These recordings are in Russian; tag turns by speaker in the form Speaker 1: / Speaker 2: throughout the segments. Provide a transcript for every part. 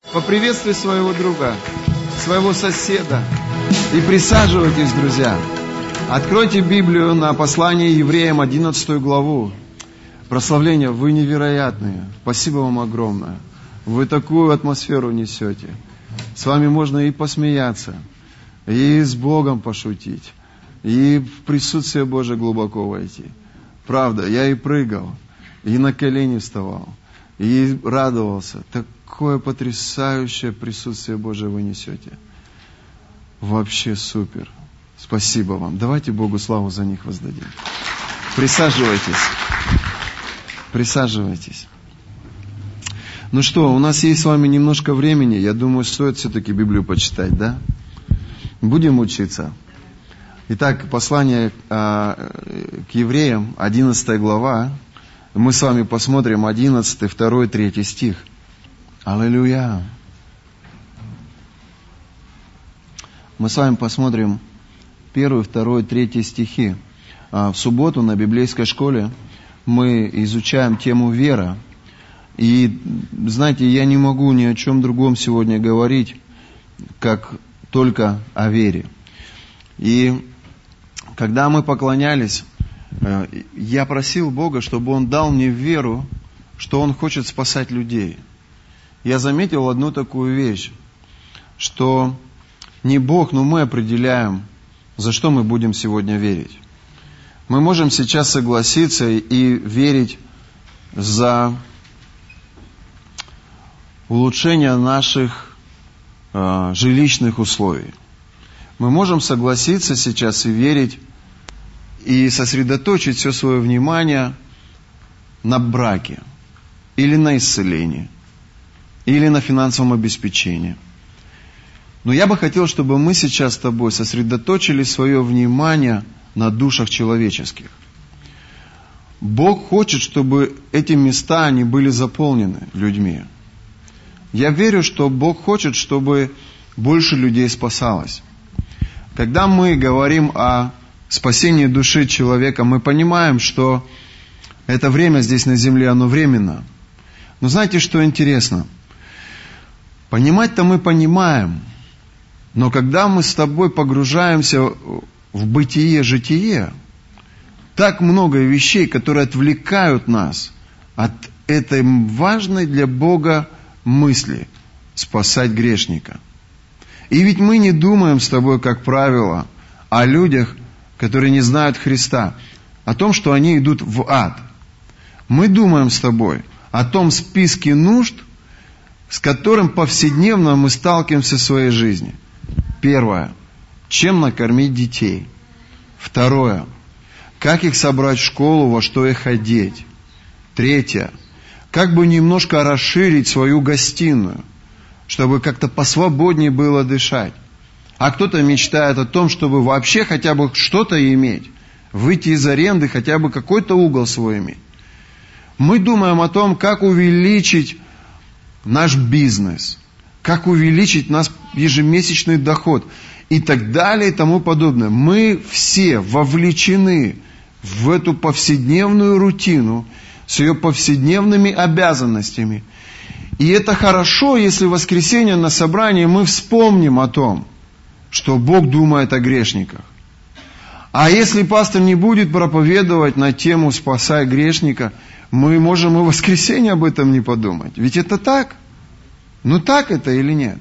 Speaker 1: Поприветствуй своего друга, своего соседа и присаживайтесь, друзья. Откройте Библию на послание Евреям 11 главу. Прославление, вы невероятные. Спасибо вам огромное. Вы такую атмосферу несете. С вами можно и посмеяться, и с Богом пошутить, и в присутствие Божие глубоко войти. Правда, я и прыгал, и на колени вставал, и радовался. Такое потрясающее присутствие Божие вы несете. Вообще супер. Спасибо вам. Давайте Богу славу за них воздадим. Присаживайтесь. Присаживайтесь. Ну что, у нас есть с вами немножко времени. Я думаю, стоит все-таки Библию почитать, да? Будем учиться. Итак, послание к евреям, 11 глава. Мы с вами посмотрим 11, 2, 3 стих. Аллилуйя. Мы с вами посмотрим 1, 2, 3 стихи. В субботу на библейской школе мы изучаем тему вера. И, знаете, я не могу ни о чем другом сегодня говорить, как только о вере. И когда мы поклонялись, я просил Бога, чтобы Он дал мне веру, что Он хочет спасать людей. Я заметил одну такую вещь, что не Бог, но мы определяем, за что мы будем сегодня верить. Мы можем сейчас согласиться и верить за улучшение наших жилищных условий. Мы можем согласиться сейчас и верить, и сосредоточить все свое внимание на браке, или на исцелении, или на финансовом обеспечении. Но я бы хотел, чтобы мы сейчас с тобой сосредоточили свое внимание на душах человеческих. Бог хочет, чтобы эти места, они были заполнены людьми. Я верю, что Бог хочет, чтобы больше людей спасалось. Когда мы говорим о спасении души человека, мы понимаем, что это время здесь на земле, оно временно. Но знаете, что интересно? Понимать-то мы понимаем, но когда мы с тобой погружаемся в бытие-житие, так много вещей, которые отвлекают нас от этой важной для Бога мысли спасать грешника. И ведь мы не думаем с тобой, как правило, о людях, которые не знают Христа, о том, что они идут в ад. Мы думаем с тобой о том списке нужд, с которым повседневно мы сталкиваемся в своей жизни. Первое. Чем накормить детей? Второе. Как их собрать в школу, во что их одеть? Третье. Как бы немножко расширить свою гостиную, чтобы как-то посвободнее было дышать. А кто-то мечтает о том, чтобы вообще хотя бы что-то иметь, выйти из аренды, хотя бы какой-то угол свой иметь. Мы думаем о том, как увеличить наш бизнес, как увеличить наш ежемесячный доход и так далее и тому подобное. Мы все вовлечены в эту повседневную рутину с ее повседневными обязанностями. И это хорошо, если в воскресенье на собрании мы вспомним о том, что Бог думает о грешниках. А если пастор не будет проповедовать на тему «Спасай грешника», мы можем и в воскресенье об этом не подумать. Ведь это так. Ну так это или нет?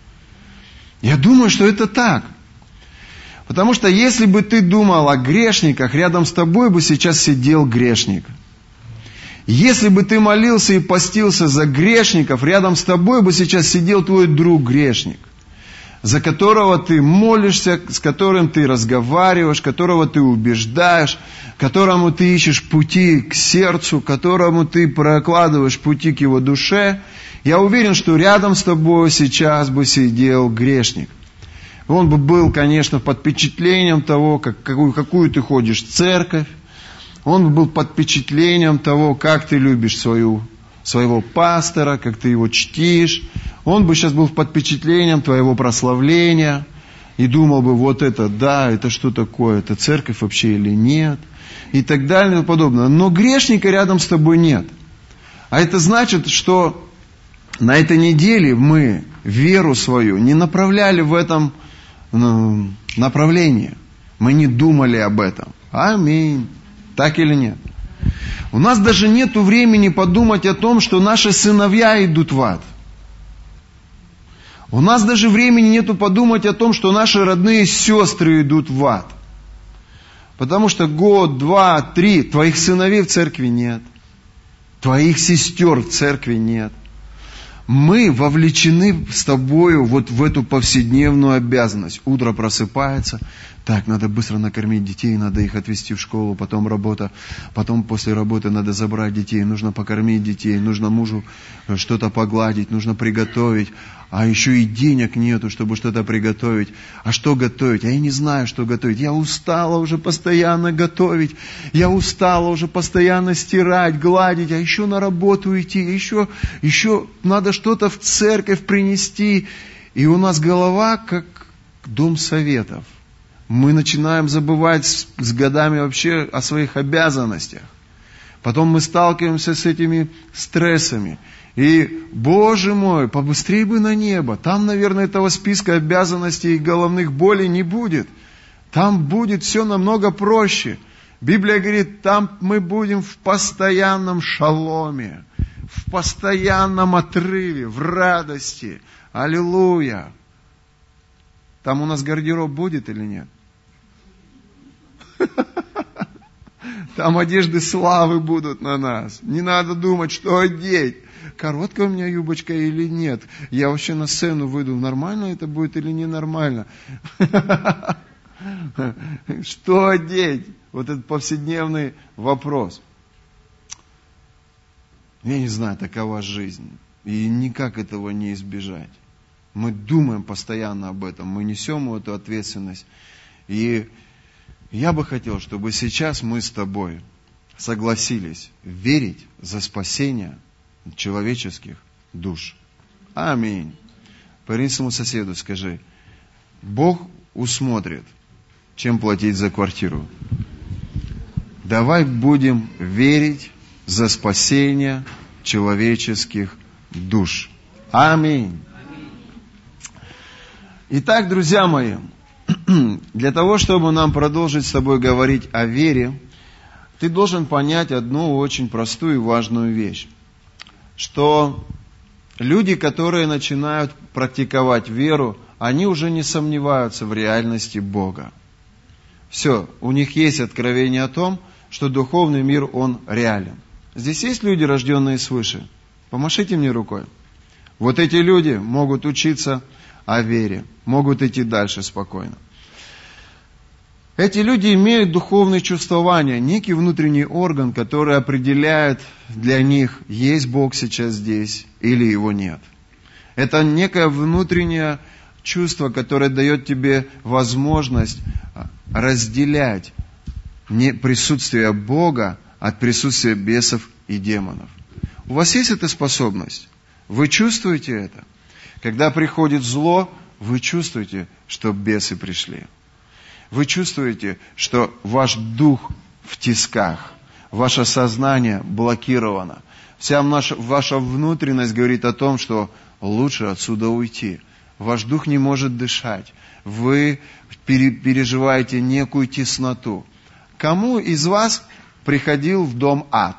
Speaker 1: Я думаю, что это так. Потому что если бы ты думал о грешниках, рядом с тобой бы сейчас сидел грешник. Если бы ты молился и постился за грешников, рядом с тобой бы сейчас сидел твой друг грешник, за которого ты молишься, с которым ты разговариваешь, которого ты убеждаешь, которому ты ищешь пути к сердцу, которому ты прокладываешь пути к его душе. Я уверен, что рядом с тобой сейчас бы сидел грешник. Он бы был, конечно, под впечатлением того, какую ты ходишь в церковь. Он бы был под впечатлением того, как ты любишь своего пастора, как ты его чтишь. Он бы сейчас был под впечатлением твоего прославления и думал бы, вот это да, это что такое, это церковь вообще или нет, и так далее и тому подобное. Но грешника рядом с тобой нет. А это значит, что на этой неделе мы веру свою не направляли в этом направлении. Мы не думали об этом. Аминь. Так или нет? У нас даже нет времени подумать о том, что наши сыновья идут в ад. У нас даже времени нету подумать о том, что наши родные сестры идут в ад. Потому что год, два, три, твоих сыновей в церкви нет. Твоих сестер в церкви нет. Мы вовлечены с тобою вот в эту повседневную обязанность. Утро просыпается, так, надо быстро накормить детей, надо их отвезти в школу, потом работа, потом после работы надо забрать детей, нужно покормить детей, нужно мужу что-то погладить, нужно приготовить, а еще и денег нету, чтобы что-то приготовить. А что готовить? А я не знаю, что готовить. Я устала уже постоянно готовить, я устала уже постоянно стирать, гладить, а еще на работу идти, еще надо что-то в церковь принести. И у нас голова как дом советов. Мы начинаем забывать с годами вообще о своих обязанностях. Потом мы сталкиваемся с этими стрессами. И, Боже мой, побыстрее бы на небо. Там, наверное, этого списка обязанностей и головных болей не будет. Там будет все намного проще. Библия говорит, там мы будем в постоянном шаломе, в постоянном отрыве, в радости. Аллилуйя. Там у нас гардероб будет или нет? Там одежды славы будут на нас. Не надо думать, что одеть. Короткая у меня юбочка или нет. Я вообще на сцену выйду. Нормально это будет или ненормально? Что одеть? Вот этот повседневный вопрос. Я не знаю, такова жизнь. И никак этого не избежать. Мы думаем постоянно об этом. Мы несем эту ответственность. И я бы хотел, чтобы сейчас мы с тобой согласились верить за спасение человеческих душ. Аминь. Повернись к своему соседу, скажи, Бог усмотрит, чем платить за квартиру. Давай будем верить за спасение человеческих душ. Аминь. Итак, друзья мои, для того, чтобы нам продолжить с тобой говорить о вере, ты должен понять одну очень простую и важную вещь. Что люди, которые начинают практиковать веру, они уже не сомневаются в реальности Бога. Все, у них есть откровение о том, что духовный мир, он реален. Здесь есть люди, рожденные свыше? Помашите мне рукой. Вот эти люди могут учиться о вере, могут идти дальше спокойно. Эти люди имеют духовное чувствование, некий внутренний орган, который определяет для них, есть Бог сейчас здесь или его нет. Это некое внутреннее чувство, которое дает тебе возможность разделять присутствие Бога от присутствия бесов и демонов. У вас есть эта способность? Вы чувствуете это? Когда приходит зло, вы чувствуете, что бесы пришли. Вы чувствуете, что ваш дух в тисках, ваше сознание блокировано. Вся ваша внутренность говорит о том, что лучше отсюда уйти. Ваш дух не может дышать. Вы переживаете некую тесноту. Кому из вас приходил в дом ад?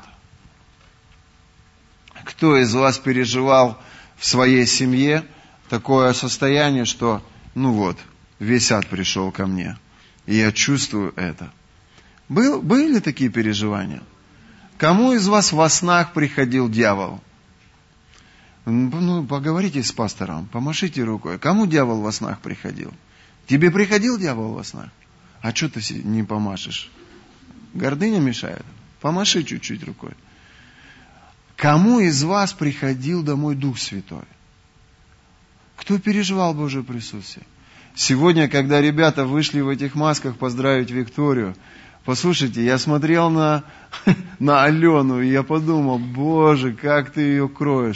Speaker 1: Кто из вас переживал в своей семье такое состояние, что, весь ад пришел ко мне? И я чувствую это. Были такие переживания? Кому из вас во снах приходил дьявол? Поговорите с пастором, помашите рукой. Кому дьявол во снах приходил? Тебе приходил дьявол во снах? А что ты не помашешь? Гордыня мешает? Помаши чуть-чуть рукой. Кому из вас приходил домой Дух Святой? Кто переживал Божие присутствие? Сегодня, когда ребята вышли в этих масках поздравить Викторию, послушайте, я смотрел на Алену, и я подумал, Боже, как ты ее кроешь.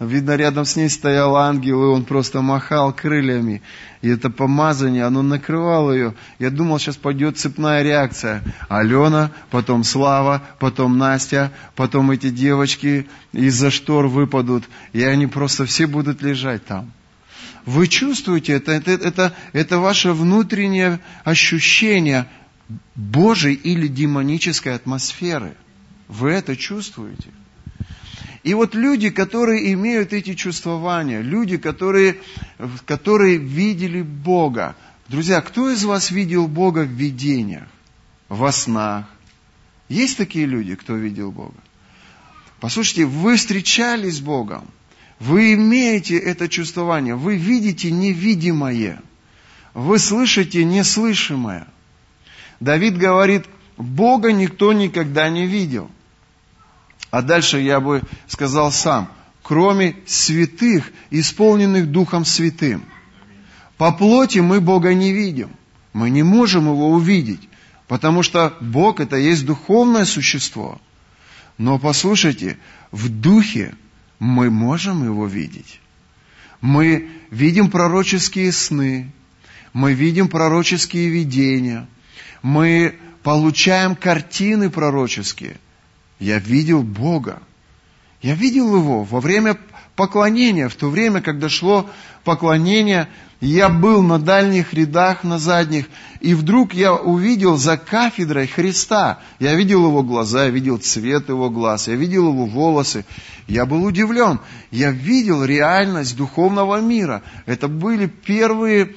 Speaker 1: Видно, рядом с ней стоял ангел, и он просто махал крыльями. И это помазание, оно накрывало ее. Я думал, сейчас пойдет цепная реакция. Алена, потом Слава, потом Настя, потом эти девочки из-за штор выпадут. И они просто все будут лежать там. Вы чувствуете, это ваше внутреннее ощущение Божьей или демонической атмосферы. Вы это чувствуете. И вот люди, которые имеют эти чувствования, люди, которые видели Бога. Друзья, кто из вас видел Бога в видениях, во снах? Есть такие люди, кто видел Бога? Послушайте, вы встречались с Богом, вы имеете это чувствование, вы видите невидимое, вы слышите неслышимое. Давид говорит, Бога никто никогда не видел. А дальше я бы сказал сам, кроме святых, исполненных Духом Святым. По плоти мы Бога не видим. Мы не можем Его увидеть, потому что Бог это есть духовное существо. Но послушайте, в Духе мы можем Его видеть. Мы видим пророческие сны, мы видим пророческие видения, мы получаем картины пророческие. Я видел Бога. Я видел Его во время поклонения. В то время, когда шло поклонение, я был на дальних рядах, на задних. И вдруг я увидел за кафедрой Христа. Я видел Его глаза, я видел цвет Его глаз, я видел Его волосы. Я был удивлен. Я видел реальность духовного мира. Это были первые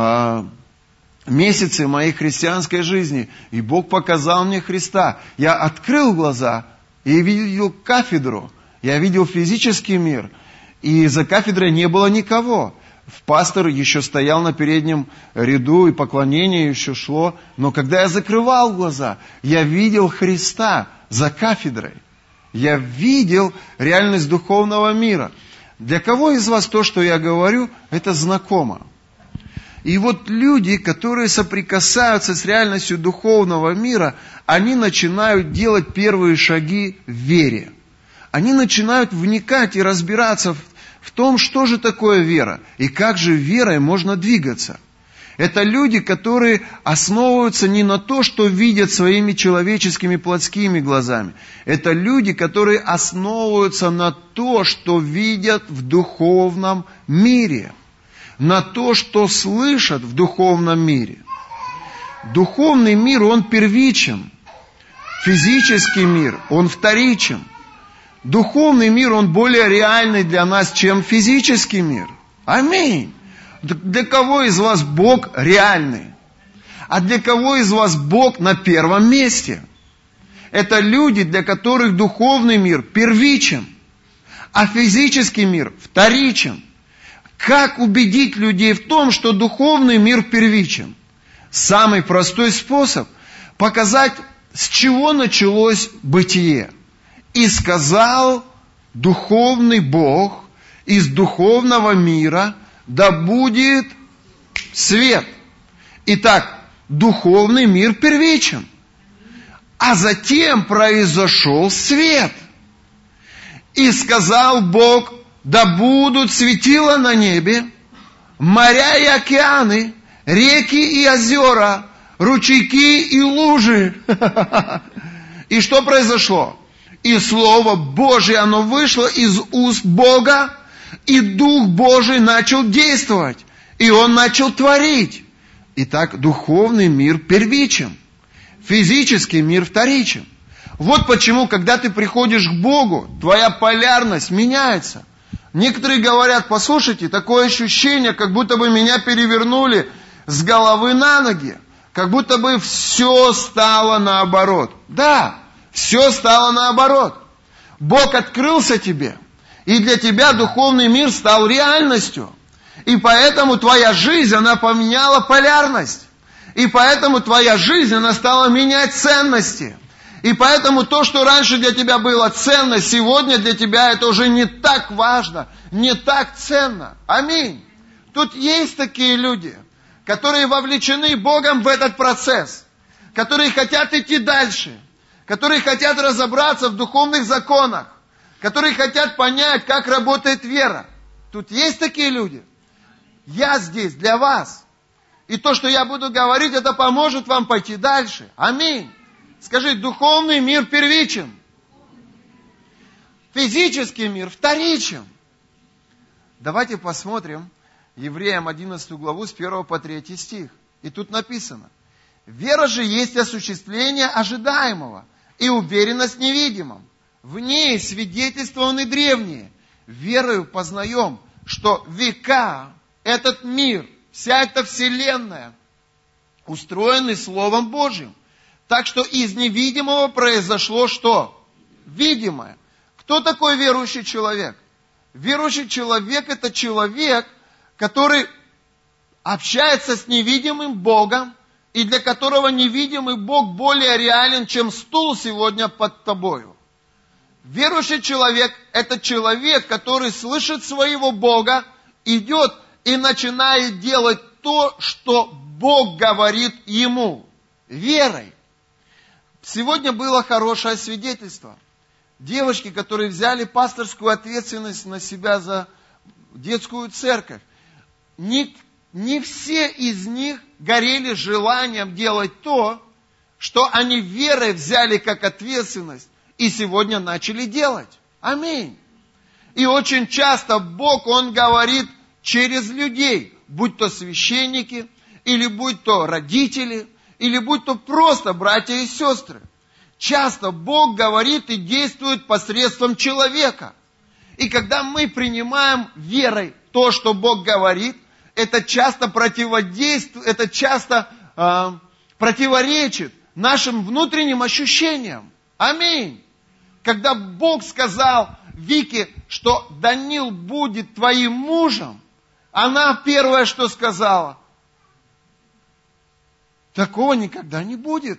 Speaker 1: месяцы моей христианской жизни. И Бог показал мне Христа. Я открыл глаза и видел кафедру. Я видел физический мир. И за кафедрой не было никого. Пастор еще стоял на переднем ряду, и поклонение еще шло. Но когда я закрывал глаза, я видел Христа за кафедрой. Я видел реальность духовного мира. Для кого из вас то, что я говорю, это знакомо? И вот люди, которые соприкасаются с реальностью духовного мира, они начинают делать первые шаги в вере. Они начинают вникать и разбираться в том, что же такое вера, и как же верой можно двигаться. Это люди, которые основываются не на то, что видят своими человеческими плотскими глазами. Это люди, которые основываются на то, что видят в духовном мире. На то, что слышат в духовном мире. Духовный мир, он первичен. Физический мир, он вторичен. Духовный мир, он более реальный для нас, чем физический мир. Аминь. Для кого из вас Бог реальный? А для кого из вас Бог на первом месте? Это люди, для которых духовный мир первичен, а физический мир вторичен. Как убедить людей в том, что духовный мир первичен? Самый простой способ – показать, с чего началось бытие. И сказал духовный Бог из духовного мира, да будет свет. Итак, духовный мир первичен. А затем произошел свет. И сказал Бог, да будут светила на небе, моря и океаны, реки и озера, ручейки и лужи. И что произошло? И Слово Божие, оно вышло из уст Бога, и Дух Божий начал действовать, и Он начал творить. Итак, духовный мир первичен, физический мир вторичен. Вот почему, когда ты приходишь к Богу, твоя полярность меняется. Некоторые говорят, послушайте, такое ощущение, как будто бы меня перевернули с головы на ноги. Как будто бы все стало наоборот. Да, все стало наоборот. Бог открылся тебе. И для тебя духовный мир стал реальностью. И поэтому твоя жизнь, она поменяла полярность. И поэтому твоя жизнь, она стала менять ценности. И поэтому то, что раньше для тебя было ценно, сегодня для тебя это уже не так важно, не так ценно. Аминь. Тут есть такие люди, которые вовлечены Богом в этот процесс, которые хотят идти дальше, которые хотят разобраться в духовных законах, которые хотят понять, как работает вера. Тут есть такие люди? Я здесь для вас. И то, что я буду говорить, это поможет вам пойти дальше. Аминь. Скажи, духовный мир первичен. Физический мир вторичен. Давайте посмотрим Евреям 11 главу с 1 по 3 стих. И тут написано. Вера же есть осуществление ожидаемого и уверенность в невидимом. В ней свидетельствованы древние. Верою познаем, что века, этот мир, вся эта вселенная устроены Словом Божьим. Так что из невидимого произошло что? Видимое. Кто такой верующий человек? Верующий человек – это человек, который общается с невидимым Богом, и для которого невидимый Бог более реален, чем стул сегодня под тобою. Верующий человек – это человек, который слышит своего Бога, идет и начинает делать то, что Бог говорит ему, верой. Сегодня было хорошее свидетельство. Девочки, которые взяли пасторскую ответственность на себя за детскую церковь, не все из них горели желанием делать то, что они верой взяли как ответственность и сегодня начали делать. Аминь. И очень часто Бог, Он говорит через людей, будь то священники, или будь то родители, или будь то просто братья и сестры. Часто Бог говорит и действует посредством человека. И когда мы принимаем верой то, что Бог говорит, это часто противодействует, это часто противоречит нашим внутренним ощущениям. Аминь. Когда Бог сказал Вике, что Данил будет твоим мужем, она первое, что сказала, такого никогда не будет.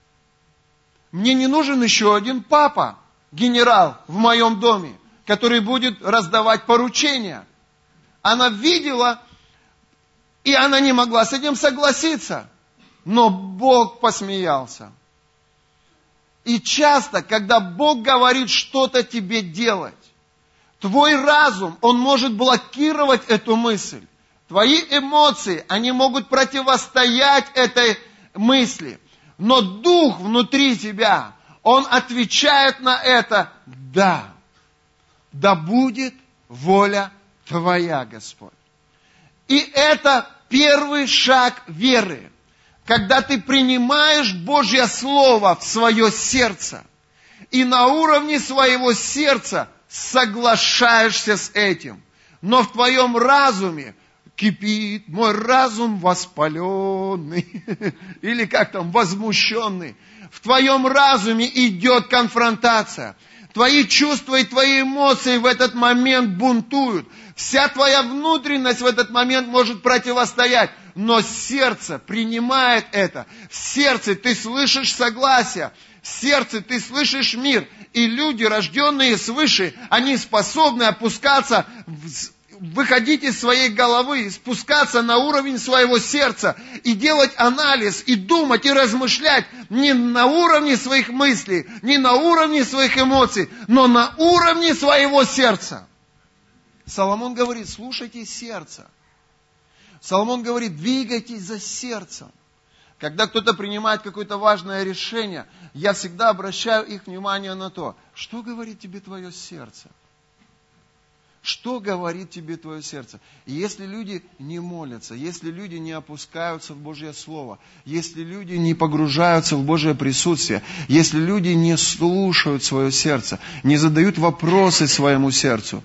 Speaker 1: Мне не нужен еще один папа, генерал в моем доме, который будет раздавать поручения. Она видела, и она не могла с этим согласиться. Но Бог посмеялся. И часто, когда Бог говорит что-то тебе делать, твой разум, он может блокировать эту мысль. Твои эмоции, они могут противостоять этой мысли. Но Дух внутри тебя, Он отвечает на это «да». Да будет воля Твоя, Господь. И это первый шаг веры. Когда ты принимаешь Божье Слово в свое сердце и на уровне своего сердца соглашаешься с этим. Но в твоем разуме кипит мой разум воспаленный, или как там, возмущенный. В твоем разуме идет конфронтация. Твои чувства и твои эмоции в этот момент бунтуют. Вся твоя внутренность в этот момент может противостоять. Но сердце принимает это. В сердце ты слышишь согласие. В сердце ты слышишь мир. И люди, рожденные свыше, они способны опускаться, выходить из своей головы, спускаться на уровень своего сердца и делать анализ, и думать, и размышлять не на уровне своих мыслей, не на уровне своих эмоций, но на уровне своего сердца. Соломон говорит, слушайте сердце. Соломон говорит, двигайтесь за сердцем. Когда кто-то принимает какое-то важное решение, я всегда обращаю их внимание на то, что говорит тебе твое сердце. Что говорит тебе твое сердце? И если люди не молятся, если люди не опускаются в Божье Слово, если люди не погружаются в Божье присутствие, если люди не слушают свое сердце, не задают вопросы своему сердцу,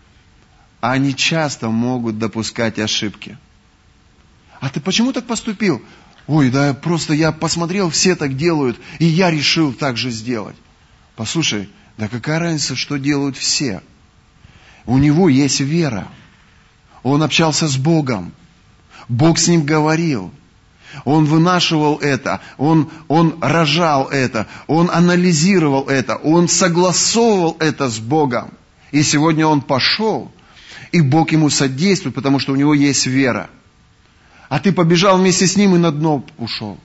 Speaker 1: они часто могут допускать ошибки. А ты почему так поступил? Ой, да просто я посмотрел, все так делают, и я решил так же сделать. Послушай, да какая разница, что делают все? У него есть вера. Он общался с Богом. Бог с ним говорил. Он вынашивал это. Он рожал это. Он анализировал это. Он согласовывал это с Богом. И сегодня он пошел. И Бог ему содействует, потому что у него есть вера. А ты побежал вместе с ним и на дно ушел.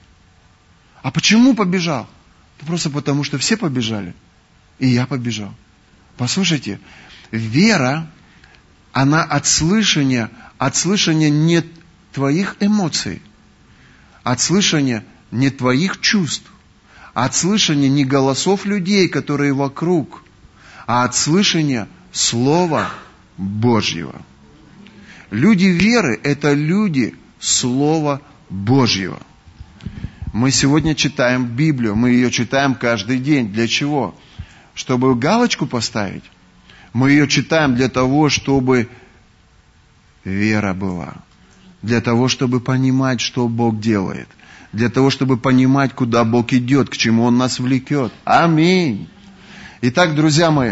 Speaker 1: А почему побежал? Да просто потому, что все побежали. И я побежал. Послушайте, вера, она от слышания не твоих эмоций, от слышания не твоих чувств, от слышания не голосов людей, которые вокруг, а от слышания Слова Божьего. Люди веры – это люди Слова Божьего. Мы сегодня читаем Библию, мы ее читаем каждый день. Для чего? Чтобы галочку поставить. Мы ее читаем для того, чтобы вера была. Для того, чтобы понимать, что Бог делает. Для того, чтобы понимать, куда Бог идет, к чему Он нас влекет. Аминь. Итак, друзья мои,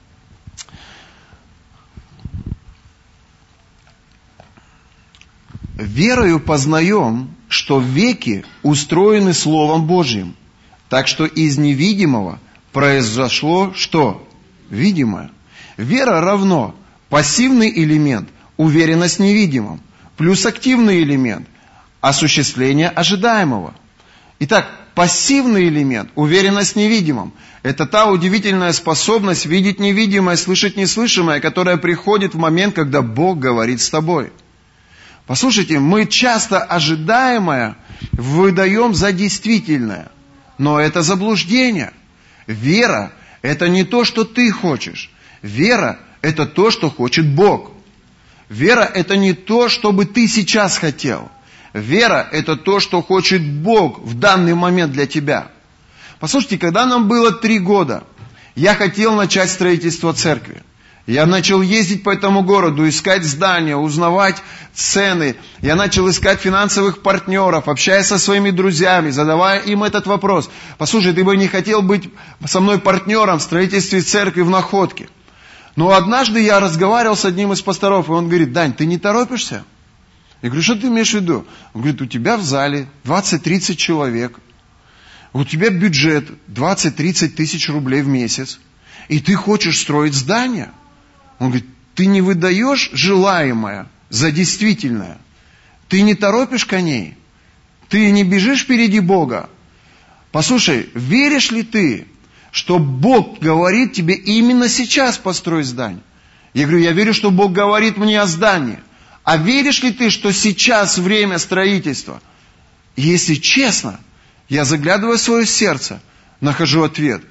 Speaker 1: верою познаем, что веки устроены Словом Божьим, так что из невидимого произошло что? Видимое. Вера равно пассивный элемент, уверенность в невидимом, плюс активный элемент, осуществление ожидаемого. Итак, пассивный элемент, уверенность в невидимом, это та удивительная способность видеть невидимое, слышать неслышимое, которая приходит в момент, когда Бог говорит с тобой. Послушайте, мы часто ожидаемое выдаем за действительное, но это заблуждение. Вера – это не то, что ты хочешь. Вера – это то, что хочет Бог. Вера – это не то, что бы ты сейчас хотел. Вера – это то, что хочет Бог в данный момент для тебя. Послушайте, когда нам было 3 года, я хотел начать строительство церкви. Я начал ездить по этому городу, искать здания, узнавать цены. Я начал искать финансовых партнеров, общаясь со своими друзьями, задавая им этот вопрос. Послушай, ты бы не хотел быть со мной партнером в строительстве церкви в Находке. Но однажды я разговаривал с одним из пасторов, и он говорит: Дань, ты не торопишься? Я говорю, что ты имеешь в виду? Он говорит, у тебя в зале 20-30 человек, у тебя бюджет 20-30 тысяч рублей в месяц, и ты хочешь строить здание. Он говорит, ты не выдаешь желаемое за действительное. Ты не торопишь коней. Ты не бежишь впереди Бога. Послушай, веришь ли ты, что Бог говорит тебе именно сейчас построить здание? Я говорю, я верю, что Бог говорит мне о здании. А веришь ли ты, что сейчас время строительства? Если честно, я заглядываю в свое сердце, нахожу ответ.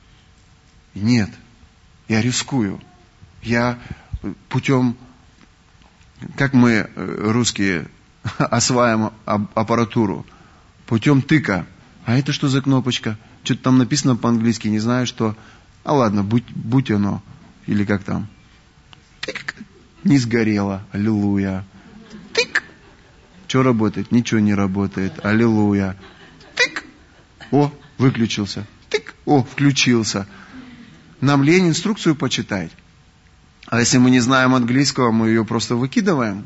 Speaker 1: Нет, я рискую. Я путем, как мы, русские, осваиваем аппаратуру, путем тыка. А это что за кнопочка? Что-то там написано по-английски, не знаю что. А ладно, будь оно. Или как там. Тык. Не сгорело. Аллилуйя. Тык. Что работает? Ничего не работает. Аллилуйя. Тык. О, выключился. Тык. О, включился. Нам лень инструкцию почитать. А если мы не знаем английского, мы ее просто выкидываем.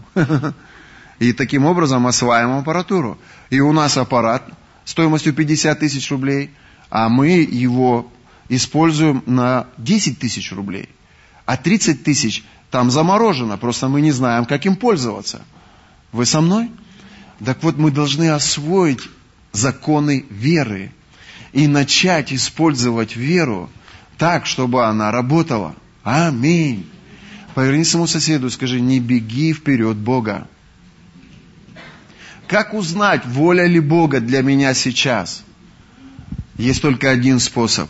Speaker 1: И таким образом осваиваем аппаратуру. И у нас аппарат стоимостью 50 тысяч рублей, а мы его используем на 10 тысяч рублей. А 30 тысяч там заморожено, просто мы не знаем, как им пользоваться. Вы со мной? Так вот, мы должны освоить законы веры и начать использовать веру так, чтобы она работала. Аминь. Поверни своему соседу и скажи, не беги вперед Бога. Как узнать, воля ли Бога для меня сейчас? Есть только один способ.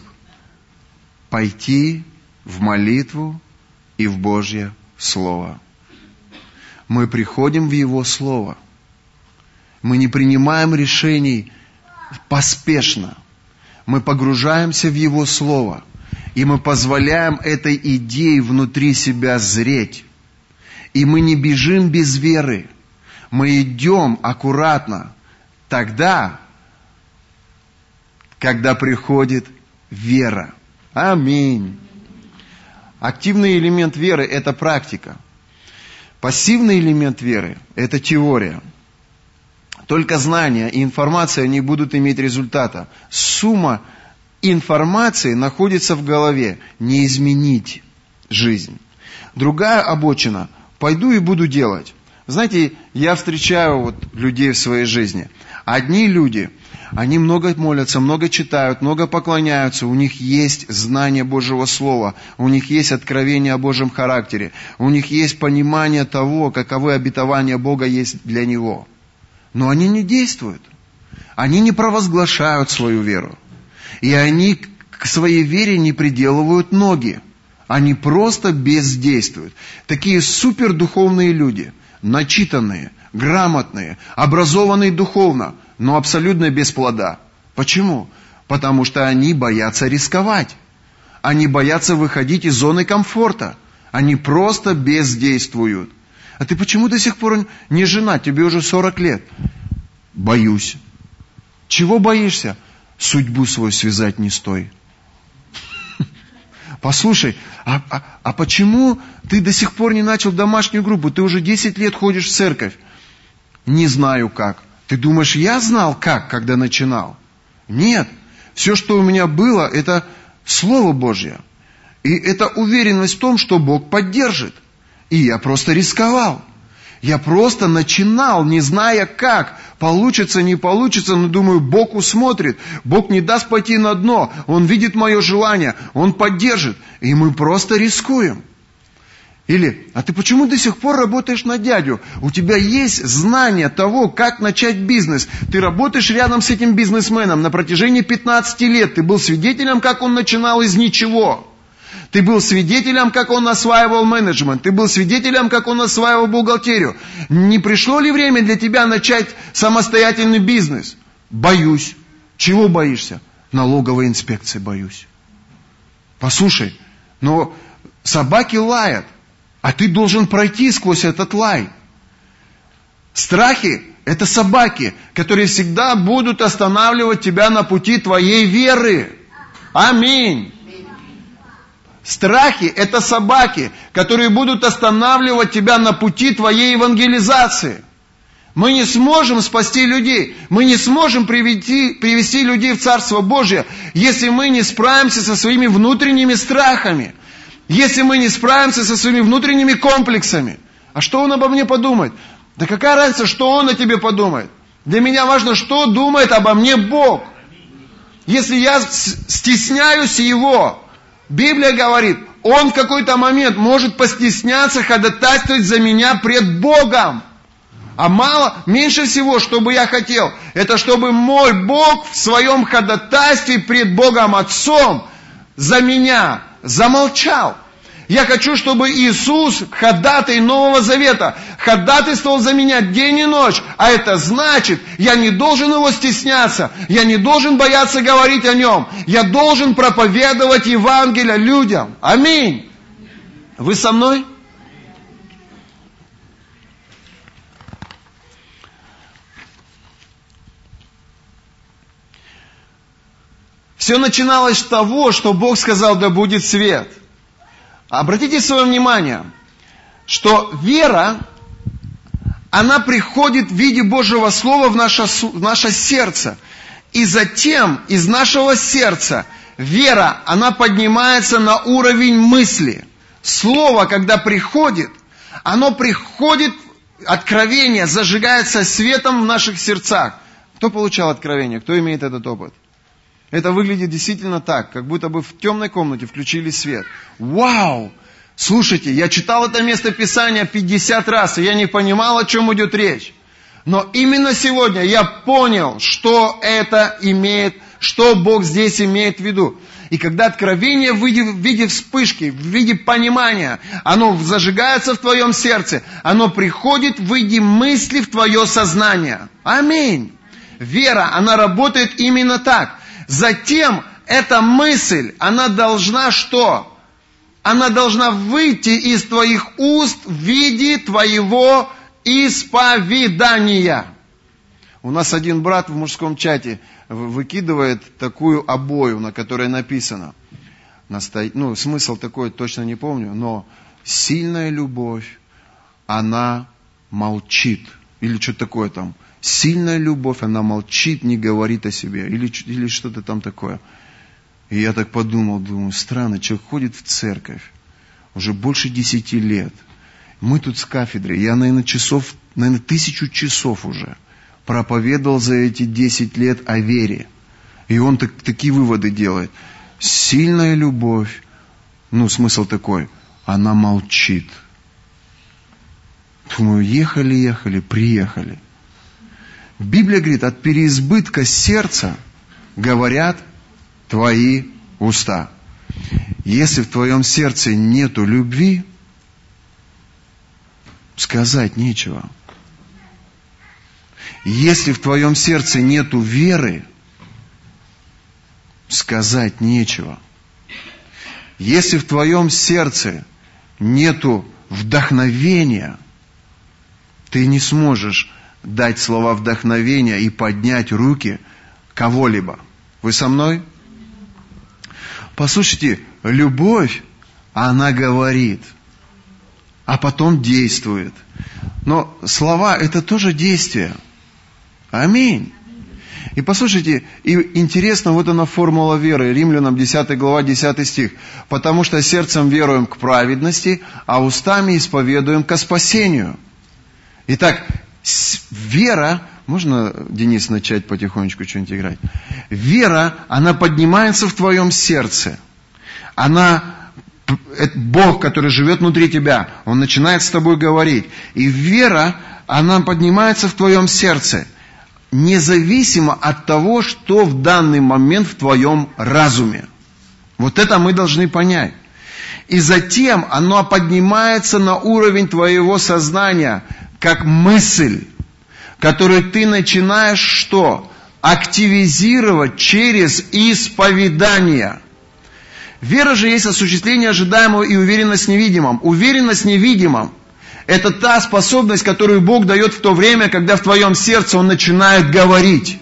Speaker 1: Пойти в молитву и в Божье Слово. Мы приходим в Его Слово. Мы не принимаем решений поспешно. Мы погружаемся в Его Слово. И мы позволяем этой идее внутри себя зреть. И мы не бежим без веры. Мы идем аккуратно. Тогда, когда приходит вера. Аминь. Активный элемент веры – это практика. Пассивный элемент веры – это теория. Только знания и информация не будут иметь результата. Сумма информации находится в голове. Не изменить жизнь. Другая обочина – пойду и буду делать. Знаете, я встречаю людей в своей жизни. Одни люди, они много молятся, много читают, много поклоняются, у них есть знание Божьего Слова, у них есть откровение о Божьем характере, у них есть понимание того, каковы обетования Бога есть для него. Но они не действуют. Они не провозглашают свою веру. И они к своей вере не приделывают ноги. Они просто бездействуют. Такие супердуховные люди, начитанные, грамотные, образованные духовно, но абсолютно без плода. Почему? Потому что они боятся рисковать. Они боятся выходить из зоны комфорта. Они просто бездействуют. А ты почему до сих пор не женат? Тебе уже 40 лет. Боюсь. Чего боишься? Судьбу свою связать не стой. Послушай, а почему ты до сих пор не начал домашнюю группу? Ты уже 10 лет ходишь в церковь. Не знаю как. Ты думаешь, я знал как, когда начинал? Нет. Все, что у меня было, это Слово Божье. И это уверенность в том, что Бог поддержит. И я просто рисковал. Я просто начинал, не зная как. Получится, не получится, но думаю, Бог усмотрит. Бог не даст пойти на дно. Он видит мое желание, Он поддержит. И мы просто рискуем. Или, а ты почему до сих пор работаешь на дядю? У тебя есть знание того, как начать бизнес. Ты работаешь рядом с этим бизнесменом на протяжении 15 лет. Ты был свидетелем, как он начинал из ничего. Ты был свидетелем, как он осваивал менеджмент. Ты был свидетелем, как он осваивал бухгалтерию. Не пришло ли время для тебя начать самостоятельный бизнес? Боюсь. Чего боишься? Налоговой инспекции боюсь. Послушай, но собаки лают, а ты должен пройти сквозь этот лай. Страхи – это собаки, которые всегда будут останавливать тебя на пути твоей веры. Аминь. Страхи – это собаки, которые будут останавливать тебя на пути твоей евангелизации. Мы не сможем спасти людей, мы не сможем привести людей в Царство Божие, если мы не справимся со своими внутренними страхами, если мы не справимся со своими внутренними комплексами. А что он обо мне подумает? Да какая разница, что он о тебе подумает? Для меня важно, что думает обо мне Бог. Если я стесняюсь Его, Библия говорит, Он в какой-то момент может постесняться ходатайствовать за меня пред Богом. А меньше всего, что бы я хотел, это чтобы мой Бог в своем ходатайстве пред Богом Отцом за меня замолчал. Я хочу, чтобы Иисус, ходатай Нового Завета, ходатайствовал за меня день и ночь. А это значит, я не должен Его стесняться, я не должен бояться говорить о Нем. Я должен проповедовать Евангелие людям. Аминь. Вы со мной? Все начиналось с того, что Бог сказал, да будет свет. Обратите свое внимание, что вера, она приходит в виде Божьего Слова в наше сердце. И затем из нашего сердца вера, она поднимается на уровень мысли. Слово, когда приходит, оно приходит, откровение зажигается светом в наших сердцах. Кто получал откровение? Кто имеет этот опыт? Это выглядит действительно так, как будто бы в темной комнате включили свет. Вау! Слушайте, я читал это место Писания 50 раз, и я не понимал, о чем идет речь. Но именно сегодня я понял, что это имеет, что Бог здесь имеет в виду. И когда откровение в виде вспышки, в виде понимания, оно зажигается в твоем сердце, оно приходит в виде мысли в твое сознание. Аминь. Вера, она работает именно так. Затем эта мысль, она должна что? Она должна выйти из твоих уст в виде твоего исповедания. У нас один брат в мужском чате выкидывает такую обою, на которой написано. Смысл такой точно не помню, но сильная любовь, она молчит. Или что-то такое там. Сильная любовь, она молчит, не говорит о себе. Или что-то там такое. И я так думаю, странно, человек ходит в церковь уже больше 10 лет. Мы тут с кафедры, я, наверное, 1000 часов уже проповедовал за эти 10 лет о вере. И он такие выводы делает. Сильная любовь, смысл такой, она молчит. Думаю, ехали, приехали. Библия говорит, от переизбытка сердца говорят твои уста. Если в твоем сердце нету любви, сказать нечего. Если в твоем сердце нету веры, сказать нечего. Если в твоем сердце нету вдохновения, ты не сможешь дать слова вдохновения и поднять руки кого-либо. Вы со мной? Послушайте, любовь, она говорит, а потом действует. Но слова – это тоже действие. Аминь. И послушайте, и интересно, вот она формула веры. Римлянам 10 глава, 10 стих. «Потому что сердцем веруем к праведности, а устами исповедуем ко спасению». Итак, вера, можно, Денис, начать потихонечку что-нибудь играть? Вера, она поднимается в твоем сердце. Это Бог, который живет внутри тебя, Он начинает с тобой говорить. И вера, она поднимается в твоем сердце, независимо от того, что в данный момент в твоем разуме. Вот это мы должны понять. И затем оно поднимается на уровень твоего сознания, как мысль, которую ты начинаешь что? Активизировать через исповедание. Вера же есть осуществление ожидаемого и уверенность в невидимом. Уверенность в невидимом – это та способность, которую Бог дает в то время, когда в твоем сердце Он начинает говорить.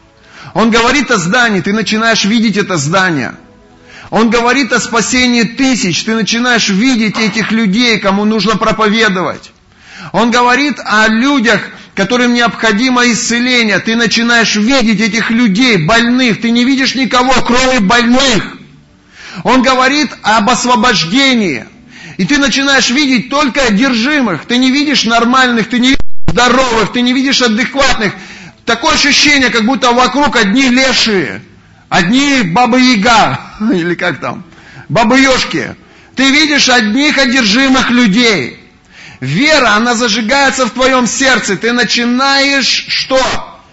Speaker 1: Он говорит о здании, ты начинаешь видеть это здание. Он говорит о спасении тысяч, ты начинаешь видеть этих людей, кому нужно проповедовать. Он говорит о людях, которым необходимо исцеление. Ты начинаешь видеть этих людей, больных. Ты не видишь никого, кроме больных. Он говорит об освобождении. И ты начинаешь видеть только одержимых. Ты не видишь нормальных, ты не видишь здоровых, ты не видишь адекватных. Такое ощущение, как будто вокруг одни лешие, одни бабы-яга, или как там, бабы-ешки. Ты видишь одних одержимых людей. Вера, она зажигается в твоем сердце. Ты начинаешь что?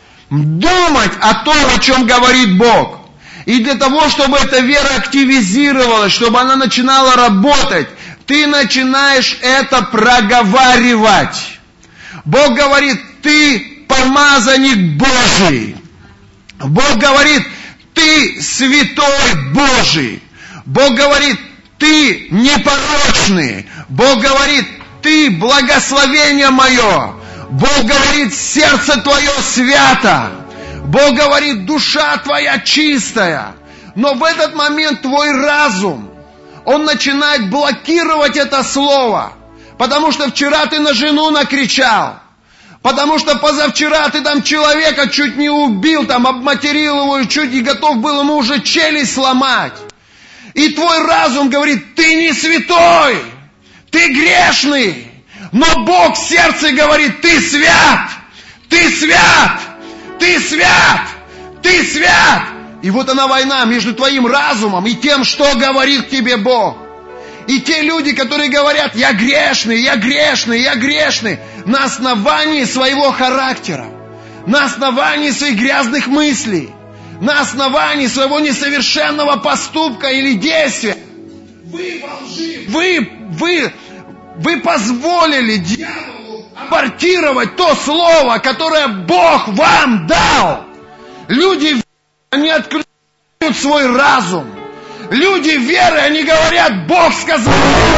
Speaker 1: Думать о том, о чем говорит Бог. И для того, чтобы эта вера активизировалась, чтобы она начинала работать, ты начинаешь это проговаривать. Бог говорит, ты помазанник Божий. Бог говорит, ты святой Божий. Бог говорит, ты непорочный. Бог говорит, ты благословение мое. Бог говорит, сердце твое свято. Бог говорит, душа твоя чистая. Но в этот момент твой разум, он начинает блокировать это слово. Потому что вчера ты на жену накричал. Потому что позавчера ты там человека чуть не убил, там обматерил его и чуть не готов был ему уже челюсть сломать. И твой разум говорит, ты не святой, ты грешный. Но Бог в сердце говорит, ты свят, ты свят. Ты свят! Ты свят! И вот она война между твоим разумом и тем, что говорит тебе Бог. И те люди, которые говорят, я грешный, я грешный, я грешный, на основании своего характера, на основании своих грязных мыслей, на основании своего несовершенного поступка или действия. Вы во лжи, вы позволили дьяволу абортировать то слово, которое Бог вам дал. Люди, они открывают свой разум. Люди веры, они говорят, Бог сказал.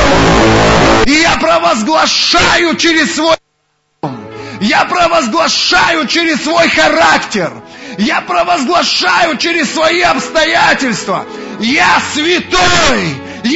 Speaker 1: И я провозглашаю через свой разум. Я провозглашаю через свой характер. Я провозглашаю через свои обстоятельства. Я святой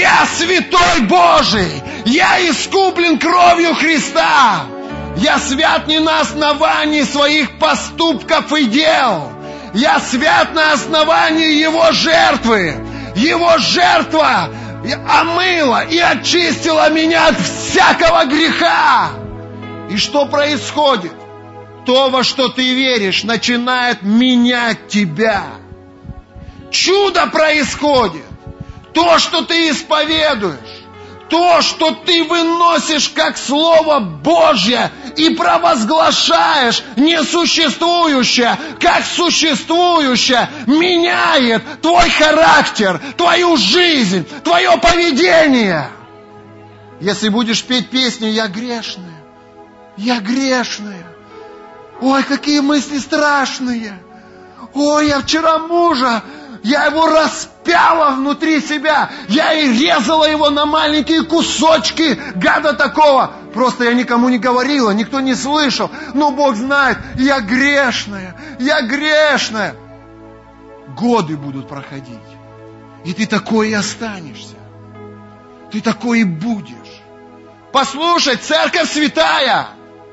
Speaker 1: Божий. Я искуплен кровью Христа. Я свят не на основании своих поступков и дел. Я свят на основании Его жертвы. Его жертва и омыла и очистила меня от всякого греха. И что происходит? То, во что ты веришь, начинает менять тебя. Чудо происходит. То, что ты исповедуешь, то, что ты выносишь как Слово Божье и провозглашаешь несуществующее, как существующее, меняет твой характер, твою жизнь, твое поведение. Если будешь петь песню «Я грешная, я грешная», ой, какие мысли страшные, ой, я вчера мужа, я его распяла внутри себя. Я и резала его на маленькие кусочки, гада такого. Просто я никому не говорила, никто не слышал. Но Бог знает, я грешная, я грешная. Годы будут проходить. И ты такой и останешься. Ты такой и будешь. Послушай, церковь святая,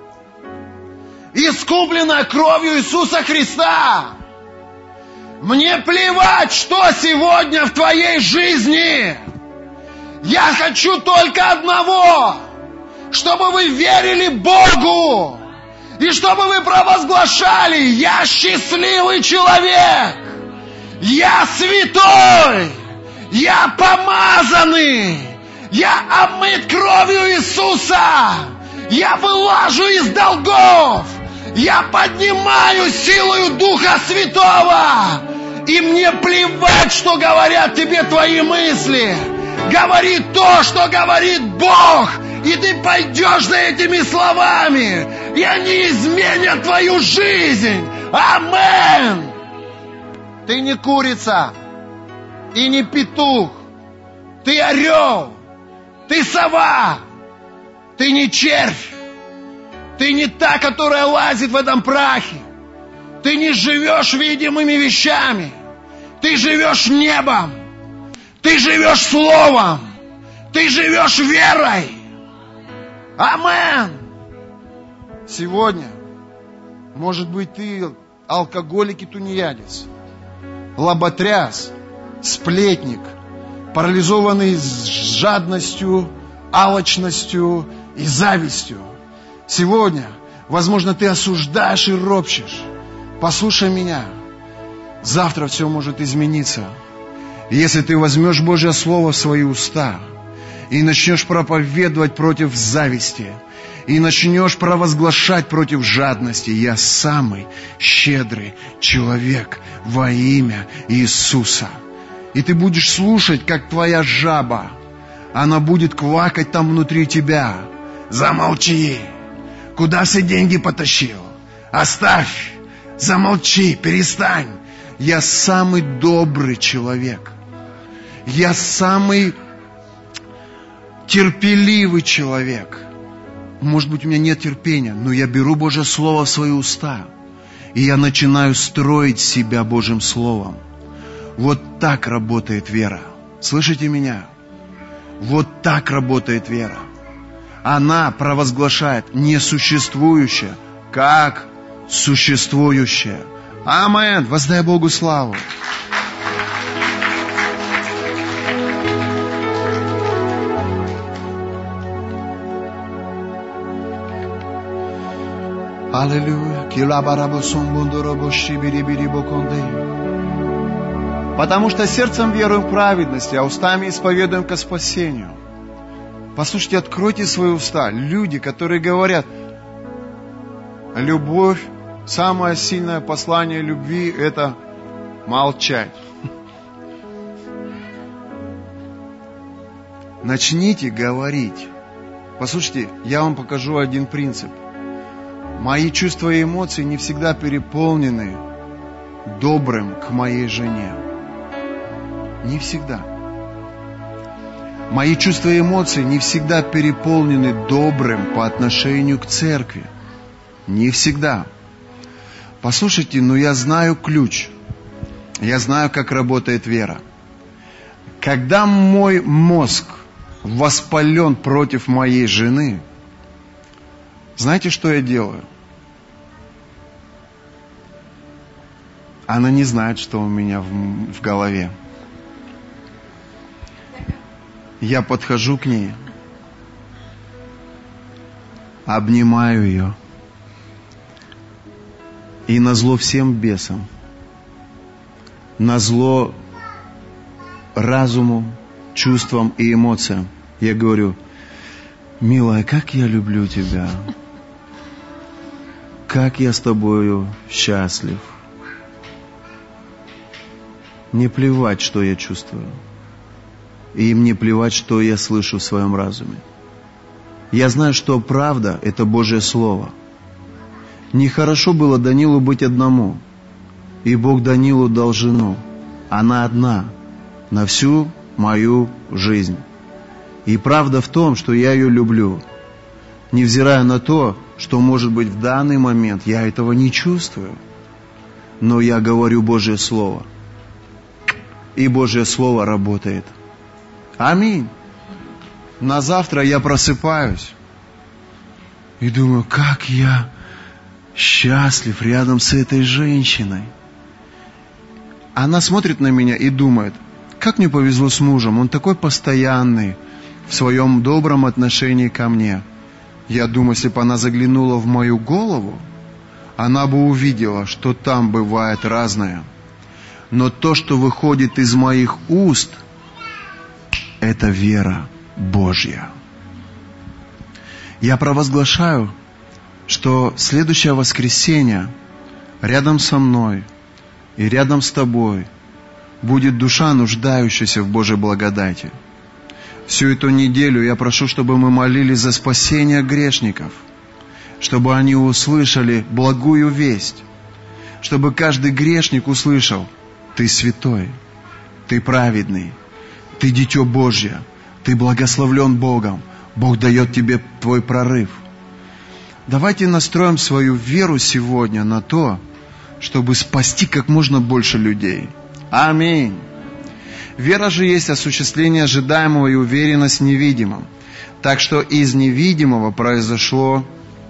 Speaker 1: искупленная кровью Иисуса Христа. Мне плевать, что сегодня в твоей жизни. Я хочу только одного, чтобы вы верили Богу и чтобы вы провозглашали: я счастливый человек, я святой, я помазанный, я омыт кровью Иисуса, я вылажу из долгов, я поднимаю силою Духа Святого. И мне плевать, что говорят тебе твои мысли. Говори то, что говорит Бог. И ты пойдешь за этими словами. И они изменят твою жизнь. Амен. Ты не курица. И не петух. Ты орел. Ты сова. Ты не червь. Ты не та, которая лазит в этом прахе. Ты не живешь видимыми вещами. Ты живешь небом. Ты живешь словом. Ты живешь верой. Амен. Сегодня, может быть, ты алкоголик и тунеядец, лоботряс, сплетник, парализованный жадностью, алчностью и завистью. Сегодня, возможно, ты осуждаешь и ропщешь. Послушай меня. Завтра все может измениться. Если ты возьмешь Божье Слово в свои уста и начнешь проповедовать против зависти, и начнешь провозглашать против жадности: я самый щедрый человек во имя Иисуса. И ты будешь слушать, как твоя жаба, она будет квакать там внутри тебя. Замолчи. Куда все деньги потащил? Оставь. Замолчи, перестань. Я самый добрый человек. Я самый терпеливый человек. Может быть, у меня нет терпения, но я беру Божье Слово в свои уста, и я начинаю строить себя Божьим Словом. Вот так работает вера. Слышите меня? Вот так работает вера. Она провозглашает несуществующее, как существующее. Амен. Воздай Богу славу. Аллилуйя. Потому что сердцем веруем в праведность, а устами исповедуем ко спасению. Послушайте, откройте свои уста. Люди, которые говорят: любовь, самое сильное послание любви — это молчать. Начните говорить. Послушайте, я вам покажу один принцип. Мои чувства и эмоции не всегда переполнены добрым к моей жене. Не всегда. Мои чувства и эмоции не всегда переполнены добрым по отношению к церкви. Не всегда. Послушайте, но я знаю ключ. Я знаю, как работает вера. Когда мой мозг воспален против моей жены, знаете, что я делаю? Она не знает, что у меня в голове. я подхожу к ней, обнимаю ее, и назло всем бесам, назло разуму, чувствам и эмоциям, я говорю: милая, как я люблю тебя, как я с тобою счастлив. Мне плевать, что я чувствую, и мне плевать, что я слышу в своем разуме. Я знаю, что правда — это Божье Слово. Нехорошо было Данилу быть одному, и Бог Данилу дал жену. Она одна на всю мою жизнь. И правда в том, что я ее люблю, невзирая на то, что, может быть, в данный момент я этого не чувствую, но я говорю Божье Слово, и Божье Слово работает. Аминь. На завтра я просыпаюсь и думаю, как я счастлив рядом с этой женщиной. Она смотрит на меня и думает, как мне повезло с мужем, он такой постоянный в своем добром отношении ко мне. Я думаю, если бы она заглянула в мою голову, она бы увидела, что там бывает разное. Но то, что выходит из моих уст, это вера Божья. Я провозглашаю, что следующее воскресенье рядом со мной и рядом с тобой будет душа, нуждающаяся в Божьей благодати. Всю эту неделю я прошу, чтобы мы молились за спасение грешников, чтобы они услышали благую весть, чтобы каждый грешник услышал: ты святой, ты праведный, ты дитё Божье, ты благословлен Богом, Бог дает тебе твой прорыв. Давайте настроим свою веру сегодня на то, чтобы спасти как можно больше людей. Аминь. Вера же есть осуществление ожидаемого и уверенность в невидимом. Так что из невидимого произошло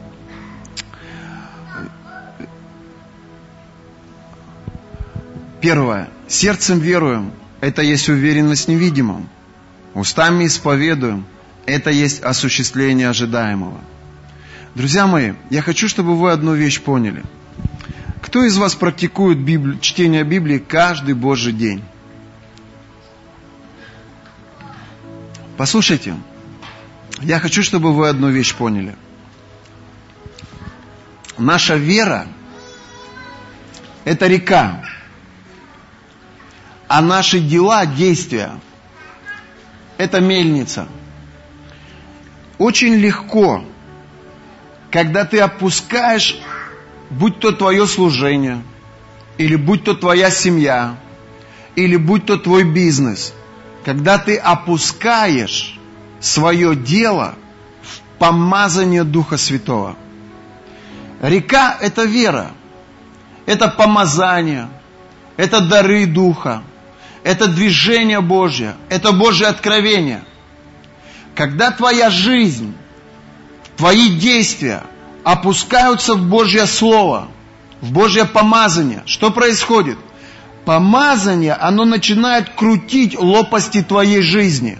Speaker 1: первое. Сердцем веруем. Это есть уверенность в невидимом. Устами исповедуем. Это есть осуществление ожидаемого. Друзья мои, я хочу, чтобы вы одну вещь поняли. Кто из вас практикует чтение Библии каждый Божий день? Послушайте, я хочу, чтобы вы одну вещь поняли. Наша вера – это река, а наши дела, действия – это мельница. Очень легко, когда ты опускаешь, будь то твое служение, или будь то твоя семья, или будь то твой бизнес, когда ты опускаешь свое дело в помазание Духа Святого. Река – это вера, это помазание, это дары Духа, это движение Божье, это Божье откровение. Когда твоя жизнь, твои действия опускаются в Божье Слово, в Божье помазание, что происходит? Помазание, оно начинает крутить лопасти твоей жизни.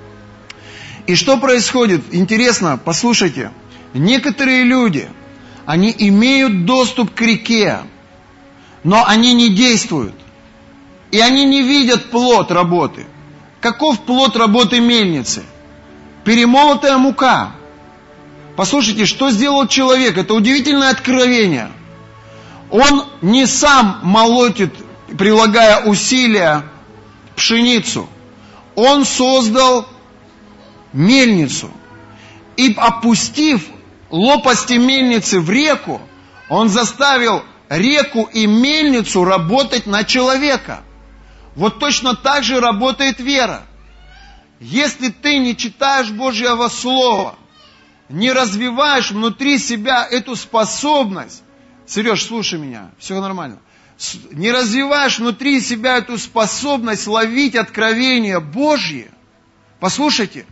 Speaker 1: И что происходит? Интересно, послушайте. Некоторые люди, они имеют доступ к реке, но они не действуют. И они не видят плод работы. Каков плод работы мельницы? Перемолотая мука. Послушайте, что сделал человек? Это удивительное откровение. Он не сам молотит, прилагая усилия, пшеницу. Он создал мельницу. И опустив лопасти мельницы в реку, он заставил реку и мельницу работать на человека. Вот точно так же работает вера. Если ты не читаешь Божьего Слова, не развиваешь внутри себя эту способность, Сереж, слушай меня, все нормально, не развиваешь внутри себя эту способность ловить откровения Божьи, послушайте,